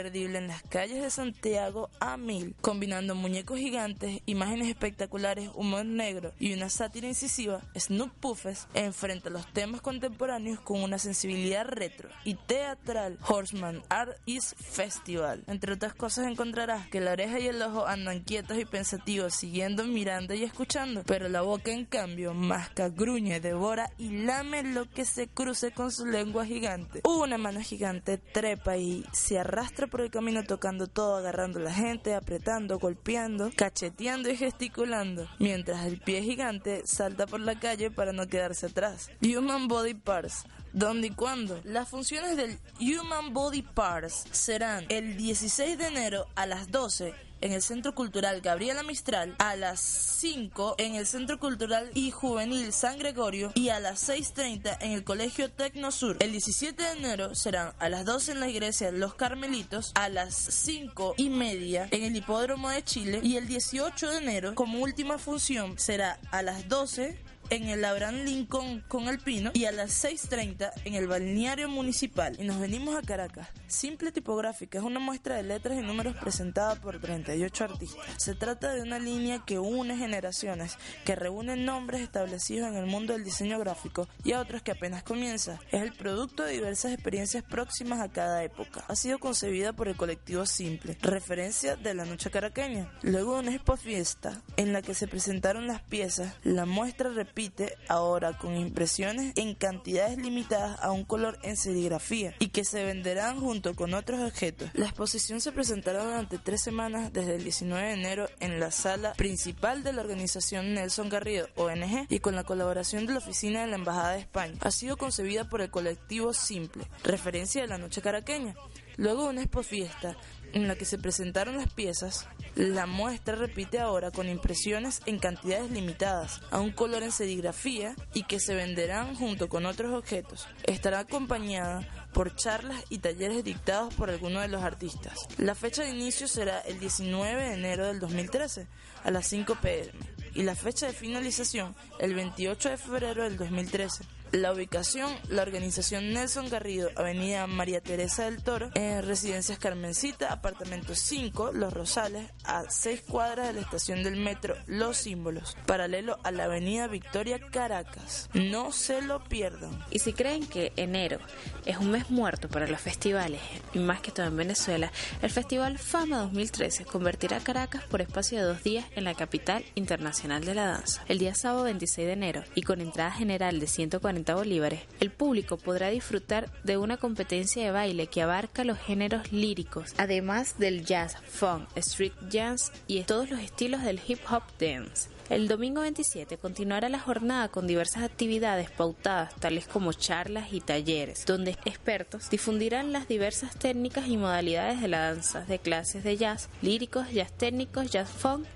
imperdible en las calles de Santiago a mil, combinando muñecos gigantes, imágenes espectaculares, humor negro y una sátira incisiva. Snoop Puffes enfrenta los temas contemporáneos con una sensibilidad retro y teatral. Horseman Art is Festival. Entre otras cosas encontrarás que la oreja y el ojo andan quietos y pensativos, siguiendo, mirando y escuchando, pero la boca en cambio masca, gruñe, devora y lame lo que se cruce con su lengua gigante. Una mano gigante trepa y se arrastra por el camino tocando todo, agarrando a la gente, apretando, golpeando, cacheteando y gesticulando, mientras el pie gigante salta por la calle para no quedarse atrás. Human Body Parts. ¿Dónde y cuándo? Las funciones del Human Body Parts serán el dieciséis de enero a las doce en el Centro Cultural Gabriela Mistral, a las cinco en el Centro Cultural y Juvenil San Gregorio y a las seis treinta en el Colegio Tecnosur. El diecisiete de enero serán a las doce en la iglesia Los Carmelitos, a las cinco y media en el Hipódromo de Chile y el dieciocho de enero como última función será a las doce en el Abraham Lincoln con el Pino y a las seis treinta en el Balneario Municipal. Y nos venimos a Caracas. Simple Tipográfica es una muestra de letras y números presentada por treinta y ocho artistas. Se trata de una línea que une generaciones, que reúne nombres establecidos en el mundo del diseño gráfico y a otros que apenas comienza. Es el producto de diversas experiencias próximas a cada época. Ha sido concebida por el colectivo Simple, referencia de la noche caraqueña. Luego de una expo fiesta en la que se presentaron las piezas, la muestra repite ahora con impresiones en cantidades limitadas a un color en serigrafía y que se venderán junto con otros objetos. La exposición se presentará durante tres semanas desde el diecinueve de enero en la sala principal de la organización Nelson Garrido O N G y con la colaboración de la oficina de la Embajada de España. Ha sido concebida por el colectivo Simple, referencia de la noche caraqueña. Luego de una expo fiesta en la que se presentaron las piezas, la muestra repite ahora con impresiones en cantidades limitadas, a un color en serigrafía y que se venderán junto con otros objetos. Estará acompañada por charlas y talleres dictados por algunos de los artistas. La fecha de inicio será el diecinueve de enero del dos mil trece a las cinco pe eme y la fecha de finalización el veintiocho de febrero del dos mil trece. La ubicación, la organización Nelson Garrido, Avenida María Teresa del Toro, en Residencias Carmencita, apartamento cinco, Los Rosales, a seis cuadras de la estación del metro Los Símbolos, paralelo a la Avenida Victoria, Caracas. No se lo pierdan. Y si creen que enero es un mes muerto para los festivales, y más que todo en Venezuela, el Festival Fama dos mil trece convertirá a Caracas por espacio de dos días en la capital internacional de la danza. El día sábado veintiséis de enero, y con entrada general de ciento cuarenta bolívares, el público podrá disfrutar de una competencia de baile que abarca los géneros líricos, además del jazz, funk, street jazz y todos los estilos del hip hop dance. El domingo veintisiete continuará la jornada con diversas actividades pautadas, tales como charlas y talleres, donde expertos difundirán las diversas técnicas y modalidades de la danza, de clases de jazz, líricos, jazz técnicos, jazz funk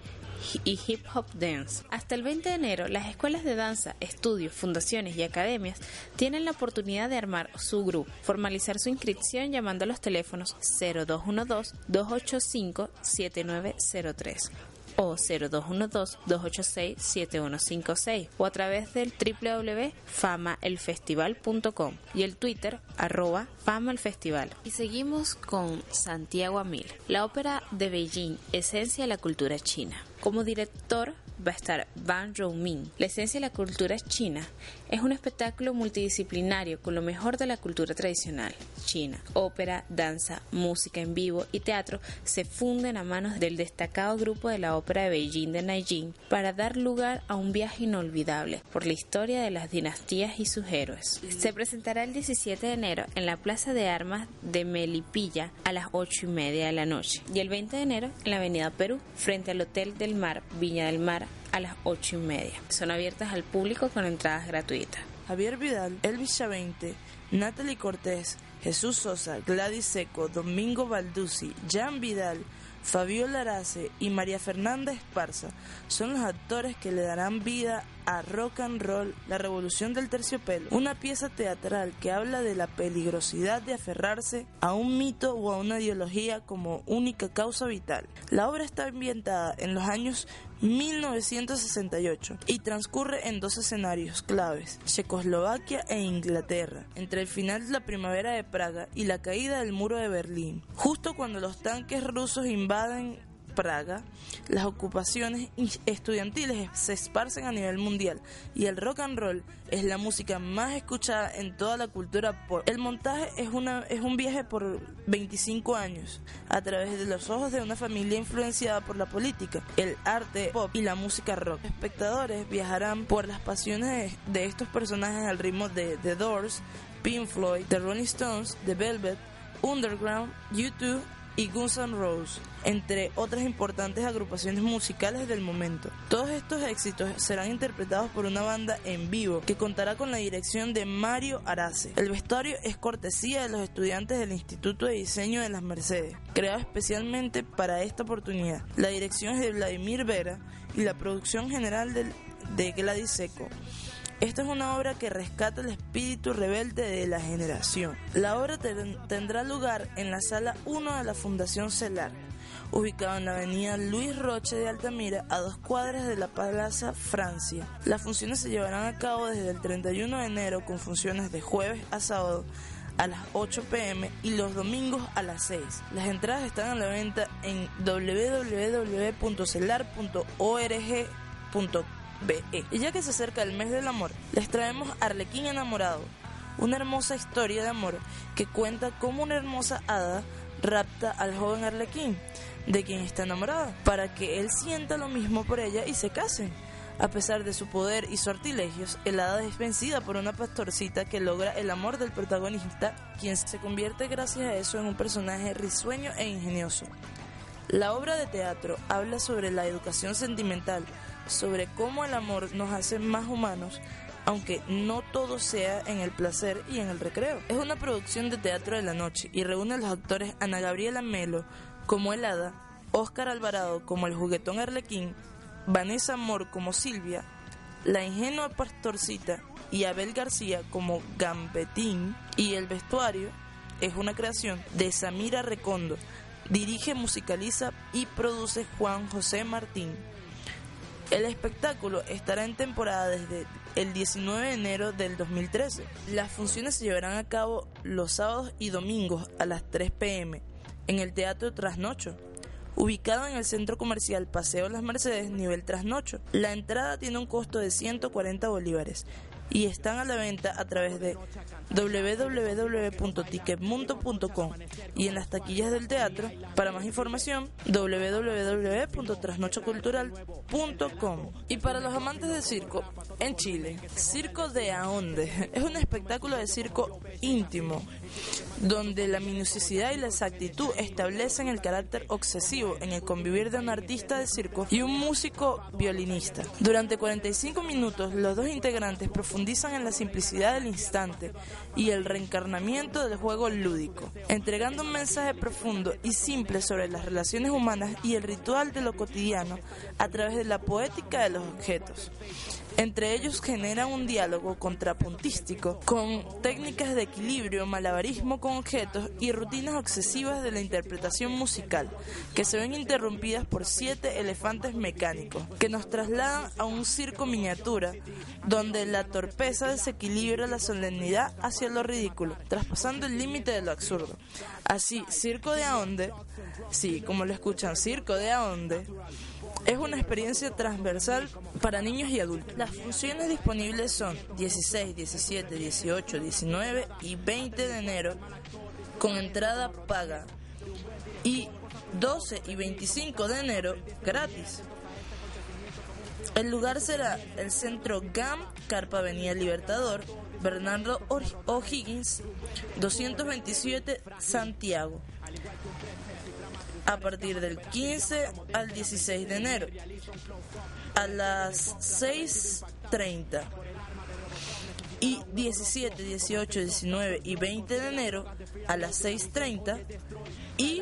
y hip hop dance. Hasta el veinte de enero, las escuelas de danza, estudios, fundaciones y academias tienen la oportunidad de armar su grupo, formalizar su inscripción llamando a los teléfonos cero dos uno dos, dos ocho cinco, siete nueve cero tres o cero dos uno dos, dos ocho seis, siete uno cinco seis o a través del doble u doble u doble u punto fama el festival punto com y el Twitter arroba famaelfestival. Y seguimos con Santiago a Mil, la ópera de Beijing, esencia de la cultura china. Como director va a estar Ban Zhongmin. La esencia de la cultura china es un espectáculo multidisciplinario con lo mejor de la cultura tradicional china. Ópera, danza, música en vivo y teatro se funden a manos del destacado grupo de la ópera de Beijing de Nanjing para dar lugar a un viaje inolvidable por la historia de las dinastías y sus héroes. Se presentará el diecisiete de enero en la Plaza de Armas de Melipilla a las ocho y media de la noche y el veinte de enero en la Avenida Perú frente al Hotel del Mar, Viña del Mar, a las ocho y media. Son abiertas al público con entradas gratuitas. Javier Vidal, Elvis Chavente, Natalie Cortés, Jesús Sosa, Gladys Seco, Domingo Balduzzi, Jan Vidal, Fabiola Arace y María Fernanda Esparza son los actores que le darán vida a Rock and Roll, la revolución del terciopelo, una pieza teatral que habla de la peligrosidad de aferrarse a un mito o a una ideología como única causa vital. La obra está ambientada en los años mil novecientos sesenta y ocho, y transcurre en dos escenarios claves, Checoslovaquia e Inglaterra, entre el final de la primavera de Praga y la caída del muro de Berlín. Justo cuando los tanques rusos invaden Praga, las ocupaciones estudiantiles se esparcen a nivel mundial y el rock and roll es la música más escuchada en toda la cultura pop. El montaje es, una, es un viaje por veinticinco años a través de los ojos de una familia influenciada por la política, el arte pop y la música rock. Los espectadores viajarán por las pasiones de, de estos personajes al ritmo de The Doors, Pink Floyd, The Rolling Stones, The Velvet, Underground, U dos y Guns N' Roses, entre otras importantes agrupaciones musicales del momento. Todos estos éxitos serán interpretados por una banda en vivo que contará con la dirección de Mario Arace. El vestuario es cortesía de los estudiantes del Instituto de Diseño de las Mercedes, creado especialmente para esta oportunidad. La dirección es de Vladimir Vera y la producción general del, de Gladys Seco. Esta es una obra que rescata el espíritu rebelde de la generación. La obra ten, tendrá lugar en la sala uno de la Fundación Celar, ubicado en la avenida Luis Roche de Altamira, a dos cuadras de la Plaza Francia. Las funciones se llevarán a cabo desde el treinta y uno de enero, con funciones de jueves a sábado a las ocho pe eme y los domingos a las seis. Las entradas están a la venta en doble u doble u doble u punto celar punto org punto com. Y ya que se acerca el mes del amor, les traemos Arlequín enamorado, una hermosa historia de amor que cuenta cómo una hermosa hada rapta al joven Arlequín, de quien está enamorada, para que él sienta lo mismo por ella y se casen. A pesar de su poder y sortilegios, el hada es vencida por una pastorcita que logra el amor del protagonista, quien se convierte gracias a eso en un personaje risueño e ingenioso. La obra de teatro habla sobre la educación sentimental, sobre cómo el amor nos hace más humanos, aunque no todo sea en el placer y en el recreo. Es una producción de teatro de la noche y reúne a los actores Ana Gabriela Melo como el hada, Óscar Alvarado como el juguetón Arlequín, Vanessa Amor como Silvia, la ingenua pastorcita y Abel García como Gambetín, y el vestuario es una creación de Samira Recondo. Dirige, musicaliza y produce Juan José Martín. El espectáculo estará en temporada desde el diecinueve de enero del dos mil trece. Las funciones se llevarán a cabo los sábados y domingos a las tres pe eme en el Teatro Trasnocho, ubicado en el Centro Comercial Paseo Las Mercedes, nivel Trasnocho. La entrada tiene un costo de ciento cuarenta bolívares y están a la venta a través de doble u doble u doble u punto ticketmundo punto com y en las taquillas del teatro. Para más información, doble u doble u doble u punto trasnochocultural punto com. Y para los amantes del circo, en Chile, Circo de Aonde es un espectáculo de circo íntimo, donde la minuciosidad y la exactitud establecen el carácter obsesivo en el convivir de un artista de circo y un músico violinista. Durante cuarenta y cinco minutos, los dos integrantes profundizan en la simplicidad del instante y el reencarnamiento del juego lúdico, entregando un mensaje profundo y simple sobre las relaciones humanas y el ritual de lo cotidiano a través de la poética de los objetos. Entre ellos generan un diálogo contrapuntístico con técnicas de equilibrio, malabarismo con objetos y rutinas obsesivas de la interpretación musical, que se ven interrumpidas por siete elefantes mecánicos, que nos trasladan a un circo miniatura, donde la torpeza desequilibra la solemnidad hacia lo ridículo, traspasando el límite de lo absurdo. Así, Circo de Aonde, sí, como lo escuchan, Circo de Aonde, es una experiencia transversal para niños y adultos. Las funciones disponibles son dieciséis, diecisiete, dieciocho, diecinueve y veinte de enero con entrada paga y doce y veinticinco de enero gratis. El lugar será el Centro G A M, Carpa Avenida Libertador, Bernardo O'Higgins, doscientos veintisiete, Santiago, a partir del quince al dieciséis de enero, a las seis treinta, y diecisiete, dieciocho, diecinueve y veinte de enero a las seis treinta y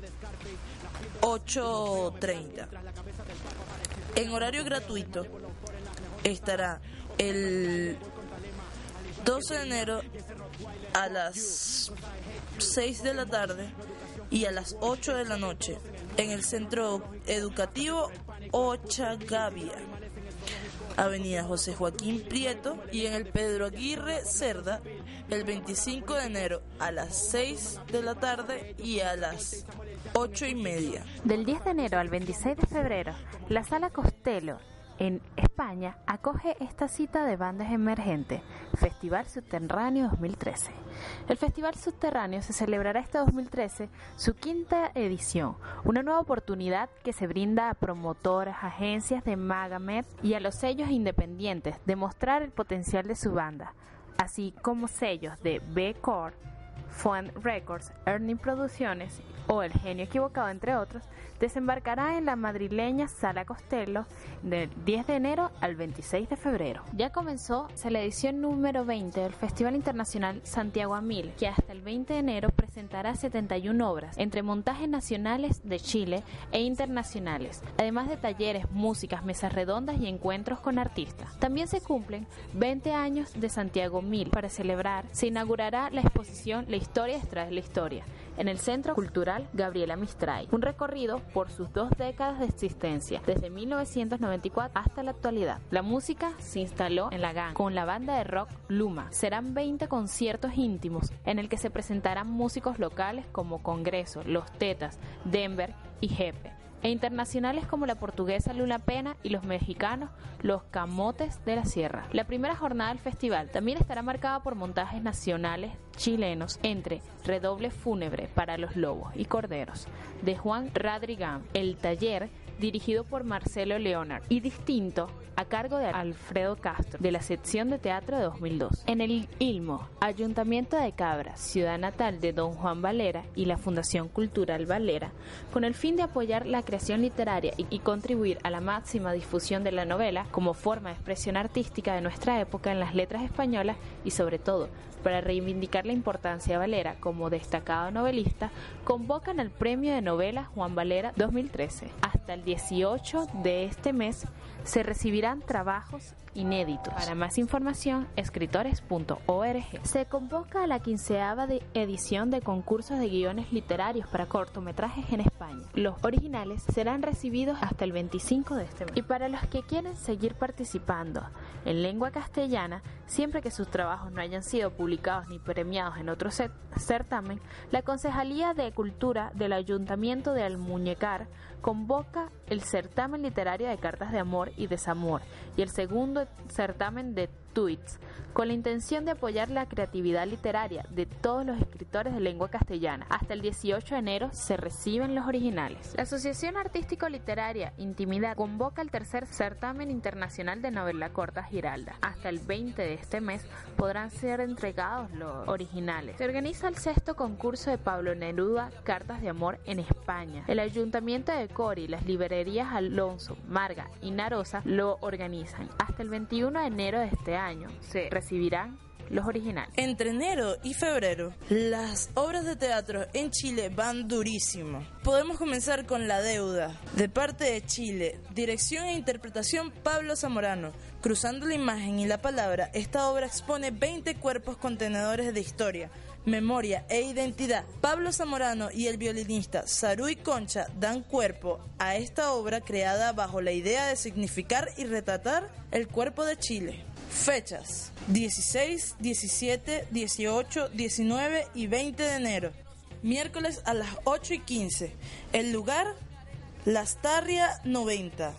ocho treinta. En horario gratuito estará el doce de enero a las seis de la tarde y a las ocho de la noche en el Centro Educativo Ochagavia, Avenida José Joaquín Prieto, y en el Pedro Aguirre Cerda, el veinticinco de enero a las seis de la tarde y a las ocho y media. Del diez de enero al veintiséis de febrero, la Sala Costello en España acoge esta cita de bandas emergentes, Festival Subterráneo dos mil trece. El Festival Subterráneo se celebrará este dos mil trece, su quinta edición, una nueva oportunidad que se brinda a promotoras, agencias de Magamet y a los sellos independientes de mostrar el potencial de su banda, así como sellos de B-Core, Fun Records, Ernie Producciones o El Genio Equivocado, entre otros, desembarcará en la madrileña Sala Costello del diez de enero al veintiséis de febrero. Ya comenzó la edición número veinte del Festival Internacional Santiago a Mil, que hasta el veinte de enero presentará setenta y una obras, entre montajes nacionales de Chile e internacionales, además de talleres, músicas, mesas redondas y encuentros con artistas. También se cumplen veinte años de Santiago Mil. Para celebrar, se inaugurará la exposición La Historia detrás de la historia, en el Centro Cultural Gabriela Mistral, un recorrido por sus dos décadas de existencia, desde mil novecientos noventa y cuatro hasta la actualidad. La música se instaló en la G A N con la banda de rock Luma. Serán veinte conciertos íntimos en el que se presentarán músicos locales como Congreso, Los Tetas, Denver y Jefe, e internacionales como la portuguesa Luna Pena y los mexicanos Los Camotes de la Sierra. La primera jornada del festival también estará marcada por montajes nacionales chilenos, entre Redoble Fúnebre para los Lobos y Corderos, de Juan Radrigán, El Taller, dirigido por Marcelo Leonard, y Distinto, a cargo de Alfredo Castro, de la sección de teatro de dos mil dos. En el Ilmo, Ayuntamiento de Cabra, ciudad natal de Don Juan Valera, y la Fundación Cultural Valera, con el fin de apoyar la creación literaria y, y contribuir a la máxima difusión de la novela como forma de expresión artística de nuestra época en las letras españolas, y sobre todo para reivindicar la importancia de Valera como destacado novelista, convocan al Premio de Novela Juan Valera dos mil trece. Hasta el dieciocho de este mes se recibirán trabajos inéditos. Para más información, escritores punto org. Se convoca a la quinceava de edición de concursos de guiones literarios para cortometrajes en España. Los originales serán recibidos hasta el veinticinco de este mes. Y para los que quieren seguir participando en lengua castellana, siempre que sus trabajos no hayan sido publicados ni premiados en otro certamen, la Concejalía de Cultura del Ayuntamiento de Almuñécar convoca el certamen literario de cartas de amor y desamor y el segundo certamen de tweets, con la intención de apoyar la creatividad literaria de todos los escritores de lengua castellana. Hasta el dieciocho de enero se reciben los originales. La Asociación Artístico-Literaria Intimidad convoca el tercer certamen internacional de novela corta Giralda. Hasta el veinte de este mes podrán ser entregados los originales. Se organiza el sexto concurso de Pablo Neruda Cartas de Amor en España. El Ayuntamiento de Cori, las librerías Alonso, Marga y Narosa lo organizan. Hasta el veintiuno de enero de este año se recibirán los originales. Entre enero y febrero, las obras de teatro en Chile van durísimo. Podemos comenzar con La Deuda, de parte de Chile. Dirección e interpretación Pablo Zamorano. Cruzando la imagen y la palabra, esta obra expone veinte cuerpos contenedores de historia, memoria e identidad. Pablo Zamorano y el violinista Saruy Concha dan cuerpo a esta obra creada bajo la idea de significar y retratar el cuerpo de Chile. Fechas: dieciséis, diecisiete, dieciocho, diecinueve y veinte de enero. Miércoles a las ocho y quince. El lugar: Lastarria noventa.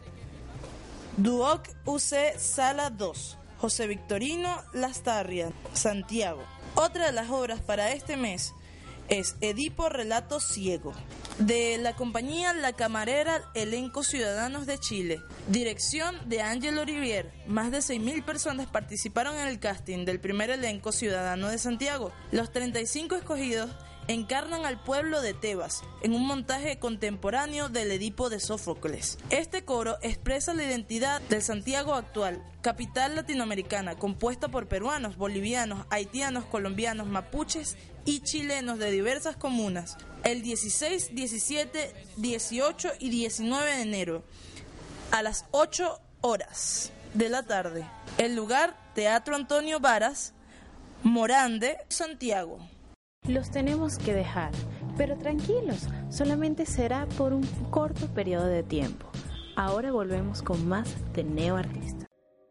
Duoc U C Sala dos. José Victorino Lastarria, Santiago. Otra de las obras para este mes es Edipo Relato Ciego, de la compañía La Camarera Elenco Ciudadanos de Chile. Dirección de Ángel Olivier. Más de seis mil personas participaron en el casting del primer elenco ciudadano de Santiago. Los treinta y cinco escogidos encarnan al pueblo de Tebas en un montaje contemporáneo del Edipo de Sófocles. Este coro expresa la identidad del Santiago actual, capital latinoamericana, compuesta por peruanos, bolivianos, haitianos, colombianos, mapuches y chilenos de diversas comunas. El dieciséis, diecisiete, dieciocho y diecinueve de enero, a las ocho horas de la tarde. El lugar: Teatro Antonio Varas, Morande, Santiago. Los tenemos que dejar, pero tranquilos, solamente será por un corto periodo de tiempo. Ahora volvemos con más de Neo Artista.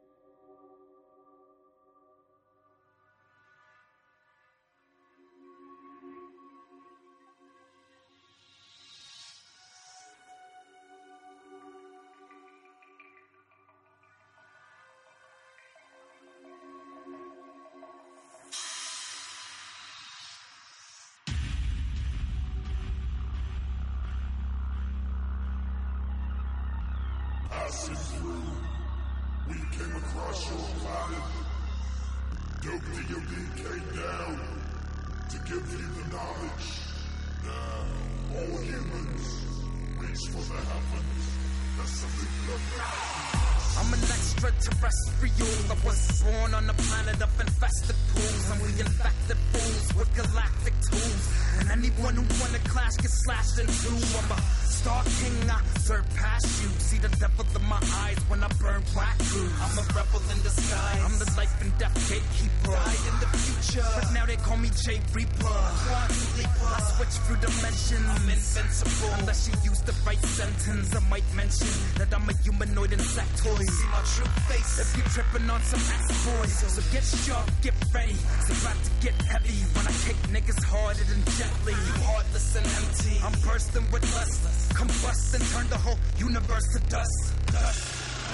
Passing through, we came across your planet. Dope D O D came down to give you the knowledge. Now, all humans, reach for the heavens. That's something that I'm an extraterrestrial. I was born on a planet of infested pools, and we infected fools with galactic tools. And anyone who wanna clash gets slashed in two. I'm a star king, I surpass you. See the devil in my eyes when I burn black crew. I'm a rebel in disguise. I'm the life and death gatekeeper. Died in the future, but now they call me J Reaper. I switch through dimensions. I'm invincible unless you use the right sentence. I might mention that I'm a humanoid insectoid. See my true face if you're tripping on some X-Boys. So get sharp, get ready. It's about to get heavy when I kick niggas harder than gently. You heartless and empty. I'm bursting with lust. Combust and turn the whole universe to dust. Dust.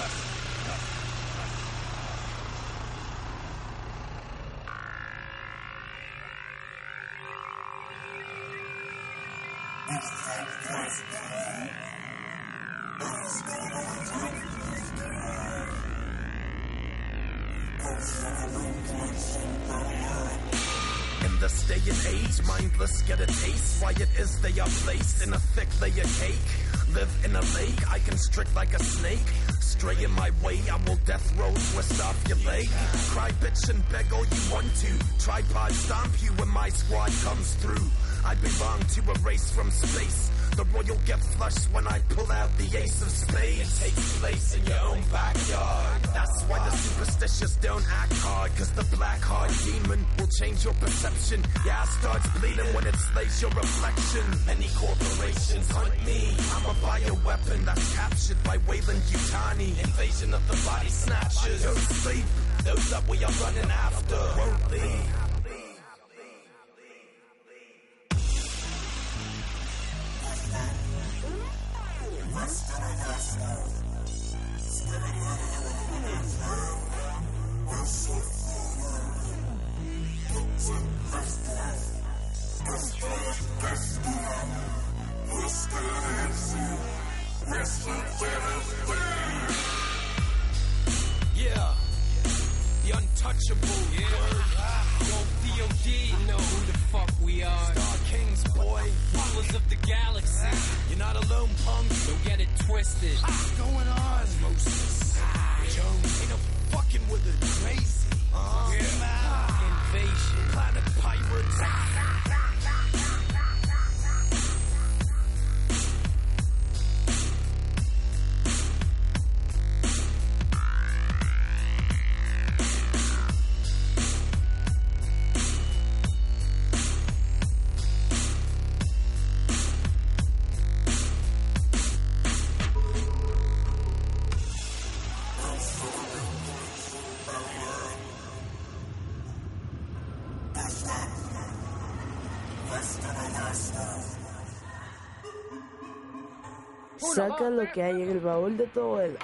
In this day and age, mindless get a taste. Why it is they are placed in a thick layer cake. Live in a lake, I constrict like a snake. Stray in my way, I will death row, twist off your leg. Cry, bitch, and beg all you want to. Tripod stomp you when my squad comes through. I belong to a race from space. The royal get flushed when I pull out the ace of spades. It takes place in your own backyard. That's why the superstitious don't act hard. Cause the black heart demon will change your perception. Yeah, it starts bleeding when it slays your reflection. Many corporations hunt me. I'm a bioweapon that's captured by Wayland Yutani. Invasion of the body snatchers. Don't sleep, those that we are running after won't leave. Yeah, the untouchable. Yeah. Yo, D O D, you know who the fuck we are. Star Kings, boy. Rulers of the galaxy. You're not alone, punk. Don't get it twisted. What's going on? Moses. Jones. Ain't no fucking with it. Crazy. Uh-huh. Yeah. Invasion. Planet pirates. Saca lo que hay en el baúl de tu abuela.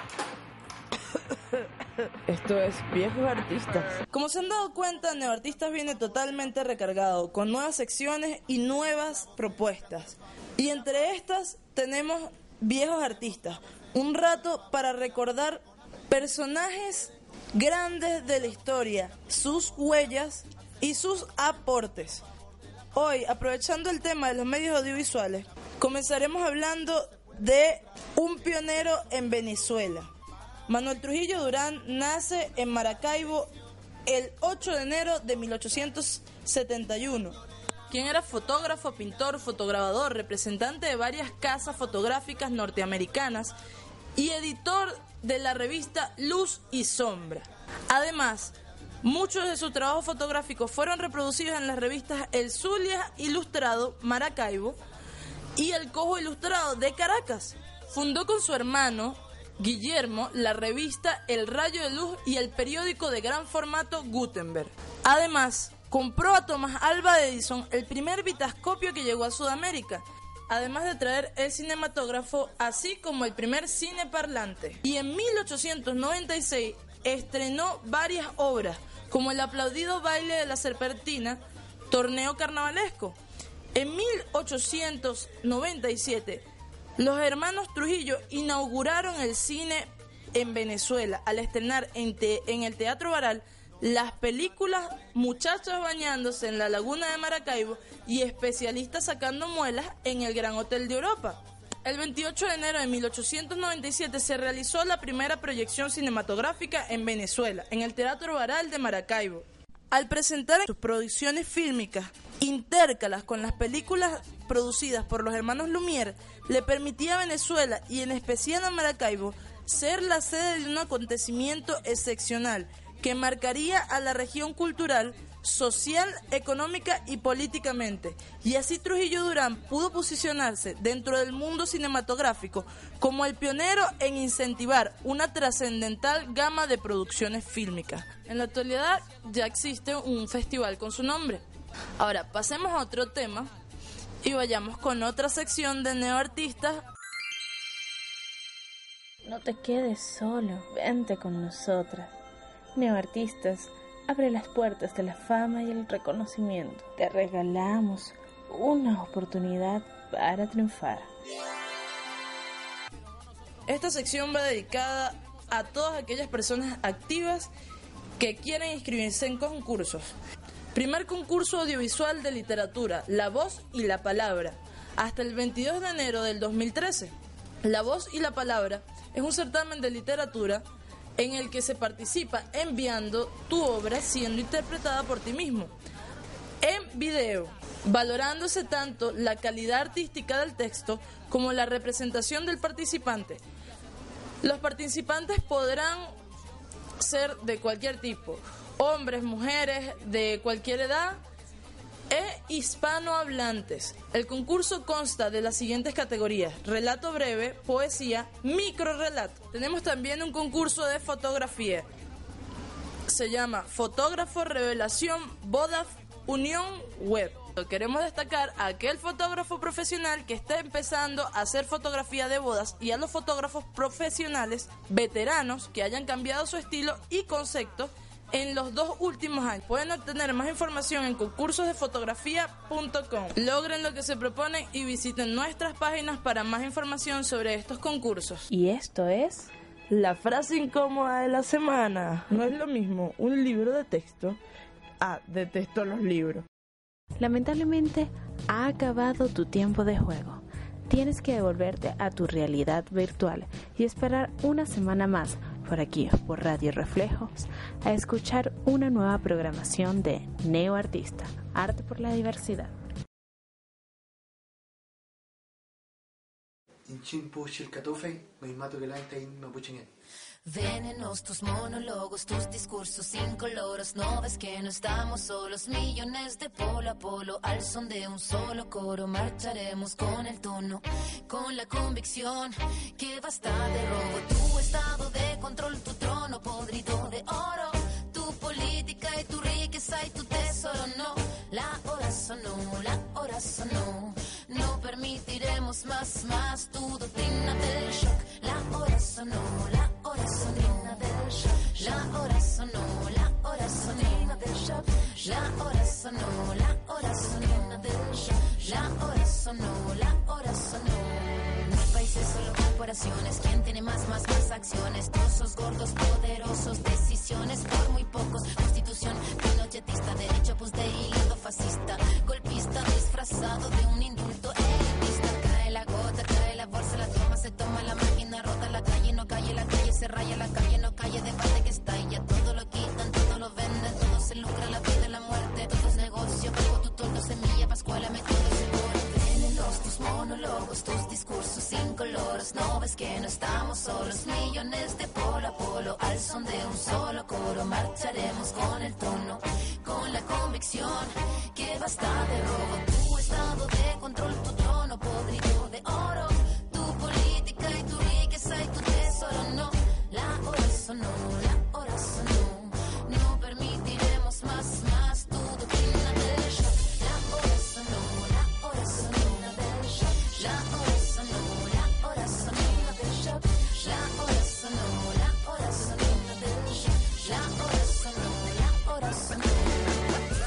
Esto es Viejos Artistas. Como se han dado cuenta, Neo Artistas viene totalmente recargado, con nuevas secciones y nuevas propuestas. Y entre estas tenemos Viejos Artistas, un rato para recordar personajes grandes de la historia, sus huellas y sus aportes. Hoy, aprovechando el tema de los medios audiovisuales, comenzaremos hablando de un pionero en Venezuela. Manuel Trujillo Durán nace en Maracaibo el ocho de enero de mil ochocientos setenta y uno, quien era fotógrafo, pintor, fotograbador, representante de varias casas fotográficas norteamericanas y editor de la revista Luz y Sombra. Además, muchos de sus trabajos fotográficos fueron reproducidos en las revistas El Zulia Ilustrado, Maracaibo, y El Cojo Ilustrado de Caracas. Fundó con su hermano Guillermo, la revista El Rayo de Luz y el periódico de gran formato Gutenberg. Además, compró a Thomas Alva Edison el primer vitascopio que llegó a Sudamérica, además de traer el cinematógrafo, así como el primer cine parlante. Y en mil ochocientos noventa y seis estrenó varias obras, como el aplaudido Baile de la Serpentina, torneo carnavalesco. En mil ochocientos noventa y siete, los hermanos Trujillo inauguraron el cine en Venezuela al estrenar en, te, en el Teatro Baral las películas Muchachos bañándose en la laguna de Maracaibo y Especialistas sacando muelas en el Gran Hotel de Europa. El veintiocho de enero de mil ochocientos noventa y siete se realizó la primera proyección cinematográfica en Venezuela, en el Teatro Baral de Maracaibo. Al presentar sus producciones fílmicas intércalas con las películas producidas por los hermanos Lumière, le permitía a Venezuela y en especial a Maracaibo ser la sede de un acontecimiento excepcional que marcaría a la región cultural, social, económica y políticamente. Y así Trujillo Durán pudo posicionarse dentro del mundo cinematográfico como el pionero en incentivar una trascendental gama de producciones fílmicas. En la actualidad ya existe un festival con su nombre. Ahora pasemos a otro tema y vayamos con otra sección de neoartistas. No te quedes solo, vente con nosotras. Neoartistas, abre las puertas de la fama y el reconocimiento. Te regalamos una oportunidad para triunfar. Esta sección va dedicada a todas aquellas personas activas que quieren inscribirse en concursos. Primer concurso audiovisual de literatura, La Voz y la Palabra, hasta el veintidós de enero del dos mil trece. La Voz y la Palabra es un certamen de literatura en el que se participa enviando tu obra siendo interpretada por ti mismo en video, valorándose tanto la calidad artística del texto como la representación del participante. Los participantes podrán ser de cualquier tipo, hombres, mujeres, de cualquier edad e hispanohablantes. El concurso consta de las siguientes categorías: relato breve, poesía, microrrelato. Tenemos también un concurso de fotografía. Se llama Fotógrafo Revelación Boda Unión Web. Queremos destacar a aquel fotógrafo profesional que esté empezando a hacer fotografía de bodas y a los fotógrafos profesionales veteranos que hayan cambiado su estilo y concepto en los dos últimos años. Pueden obtener más información en concursos de fotografía punto com. Logren lo que se proponen y visiten nuestras páginas para más información sobre estos concursos. Y esto es la frase incómoda de la semana. No es lo mismo un libro de texto a detesto los libros. Lamentablemente ha acabado tu tiempo de juego. Tienes que devolverte a tu realidad virtual y esperar una semana más por aquí, por Radio Reflejos, a escuchar una nueva programación de Neoartista, Arte por la Diversidad. Venenos tus monólogos, tus discursos incoloros. No ves que no estamos solos, millones de polo a polo. Al son de un solo coro marcharemos con el tono, con la convicción que basta de robo. Tu estado de control, tu trono podrido de oro, tu política y tu riqueza y tu tesoro. No, la hora sonó, la hora sonó. No permitiremos más, más tu doctrina del shock. La hora sonó, la hora sonó. La hora sonó, la hora sonó del shock. La hora sonó, la hora sonó del shock. La hora sonó, la hora sonó. Mis países solo corporaciones. ¿Quién tiene más, más, más acciones? Trozos gordos, poderosos, decisiones por muy pocos. Constitución pinochetista, derecho pues de hilo fascista, golpista disfrazado de un indulto elitista. Cae la gota, cae la bolsa, la toma, se toma la máquina, rota la calle, no calle, la calle se raya, la calle no calle, debate que estalla, todo lo quitan, todo lo venden, todo se lucra, la vida y la muerte, todo es negocio, bajo tu toldo, semilla, pascuala, me todo se corte. Venenos tus monólogos, tus discursos incoloros, no ves que no estamos solos, millones de polo a polo, al son de un solo coro, marcharemos con el tono, con la convicción que basta de robo. Tu estado de control, tu trono podrido de oro, tu política y tu riqueza y tu tesoro.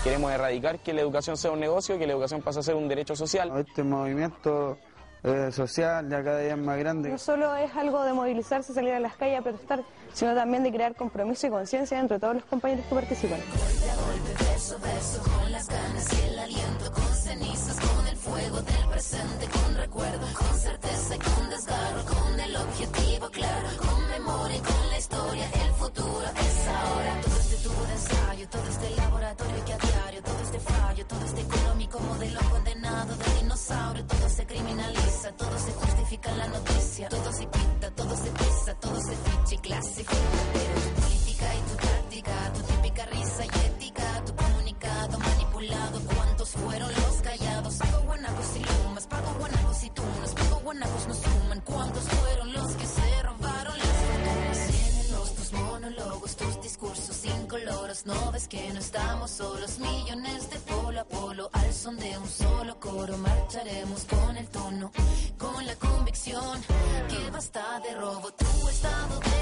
Queremos erradicar que la educación sea un negocio, que la educación pase a ser un derecho social. Este movimiento eh, social ya cada día es más grande. No solo es algo de movilizarse, salir a las calles a protestar, sino también de crear compromiso y conciencia entre todos los compañeros que participan. Golpe a golpe, beso a beso, con las ganas y el aliento, con cenizas, con el fuego del presente, con recuerdo, con certeza y con desgarro, con el objetivo claro, con memoria y con la historia, el futuro es ahora. Todo este tubo de ensayo, todo este laboratorio que a diario, todo este fallo, todo este económico modelo condenado de dinosaurio, todo se criminaliza, todo se justifica en la noticia, todo se quita, todo se pisa, todo se ficha y clasifica. Pero tu política y tu táctica, tu típica risa y ética, tu comunicado manipulado, ¿cuántos fueron los callados? Pago guanacos y lumas, pago guanacos y tunas, pago guanacos no suman, ¿cuántos fueron los que se robaron las fortunas? Llénelos tus monólogos, tus discursos incoloros, no ves que no estamos solos, millones de polo a polo, al son de un solo coro, marcharemos con el tono, con la convicción que basta de robo, tu estado de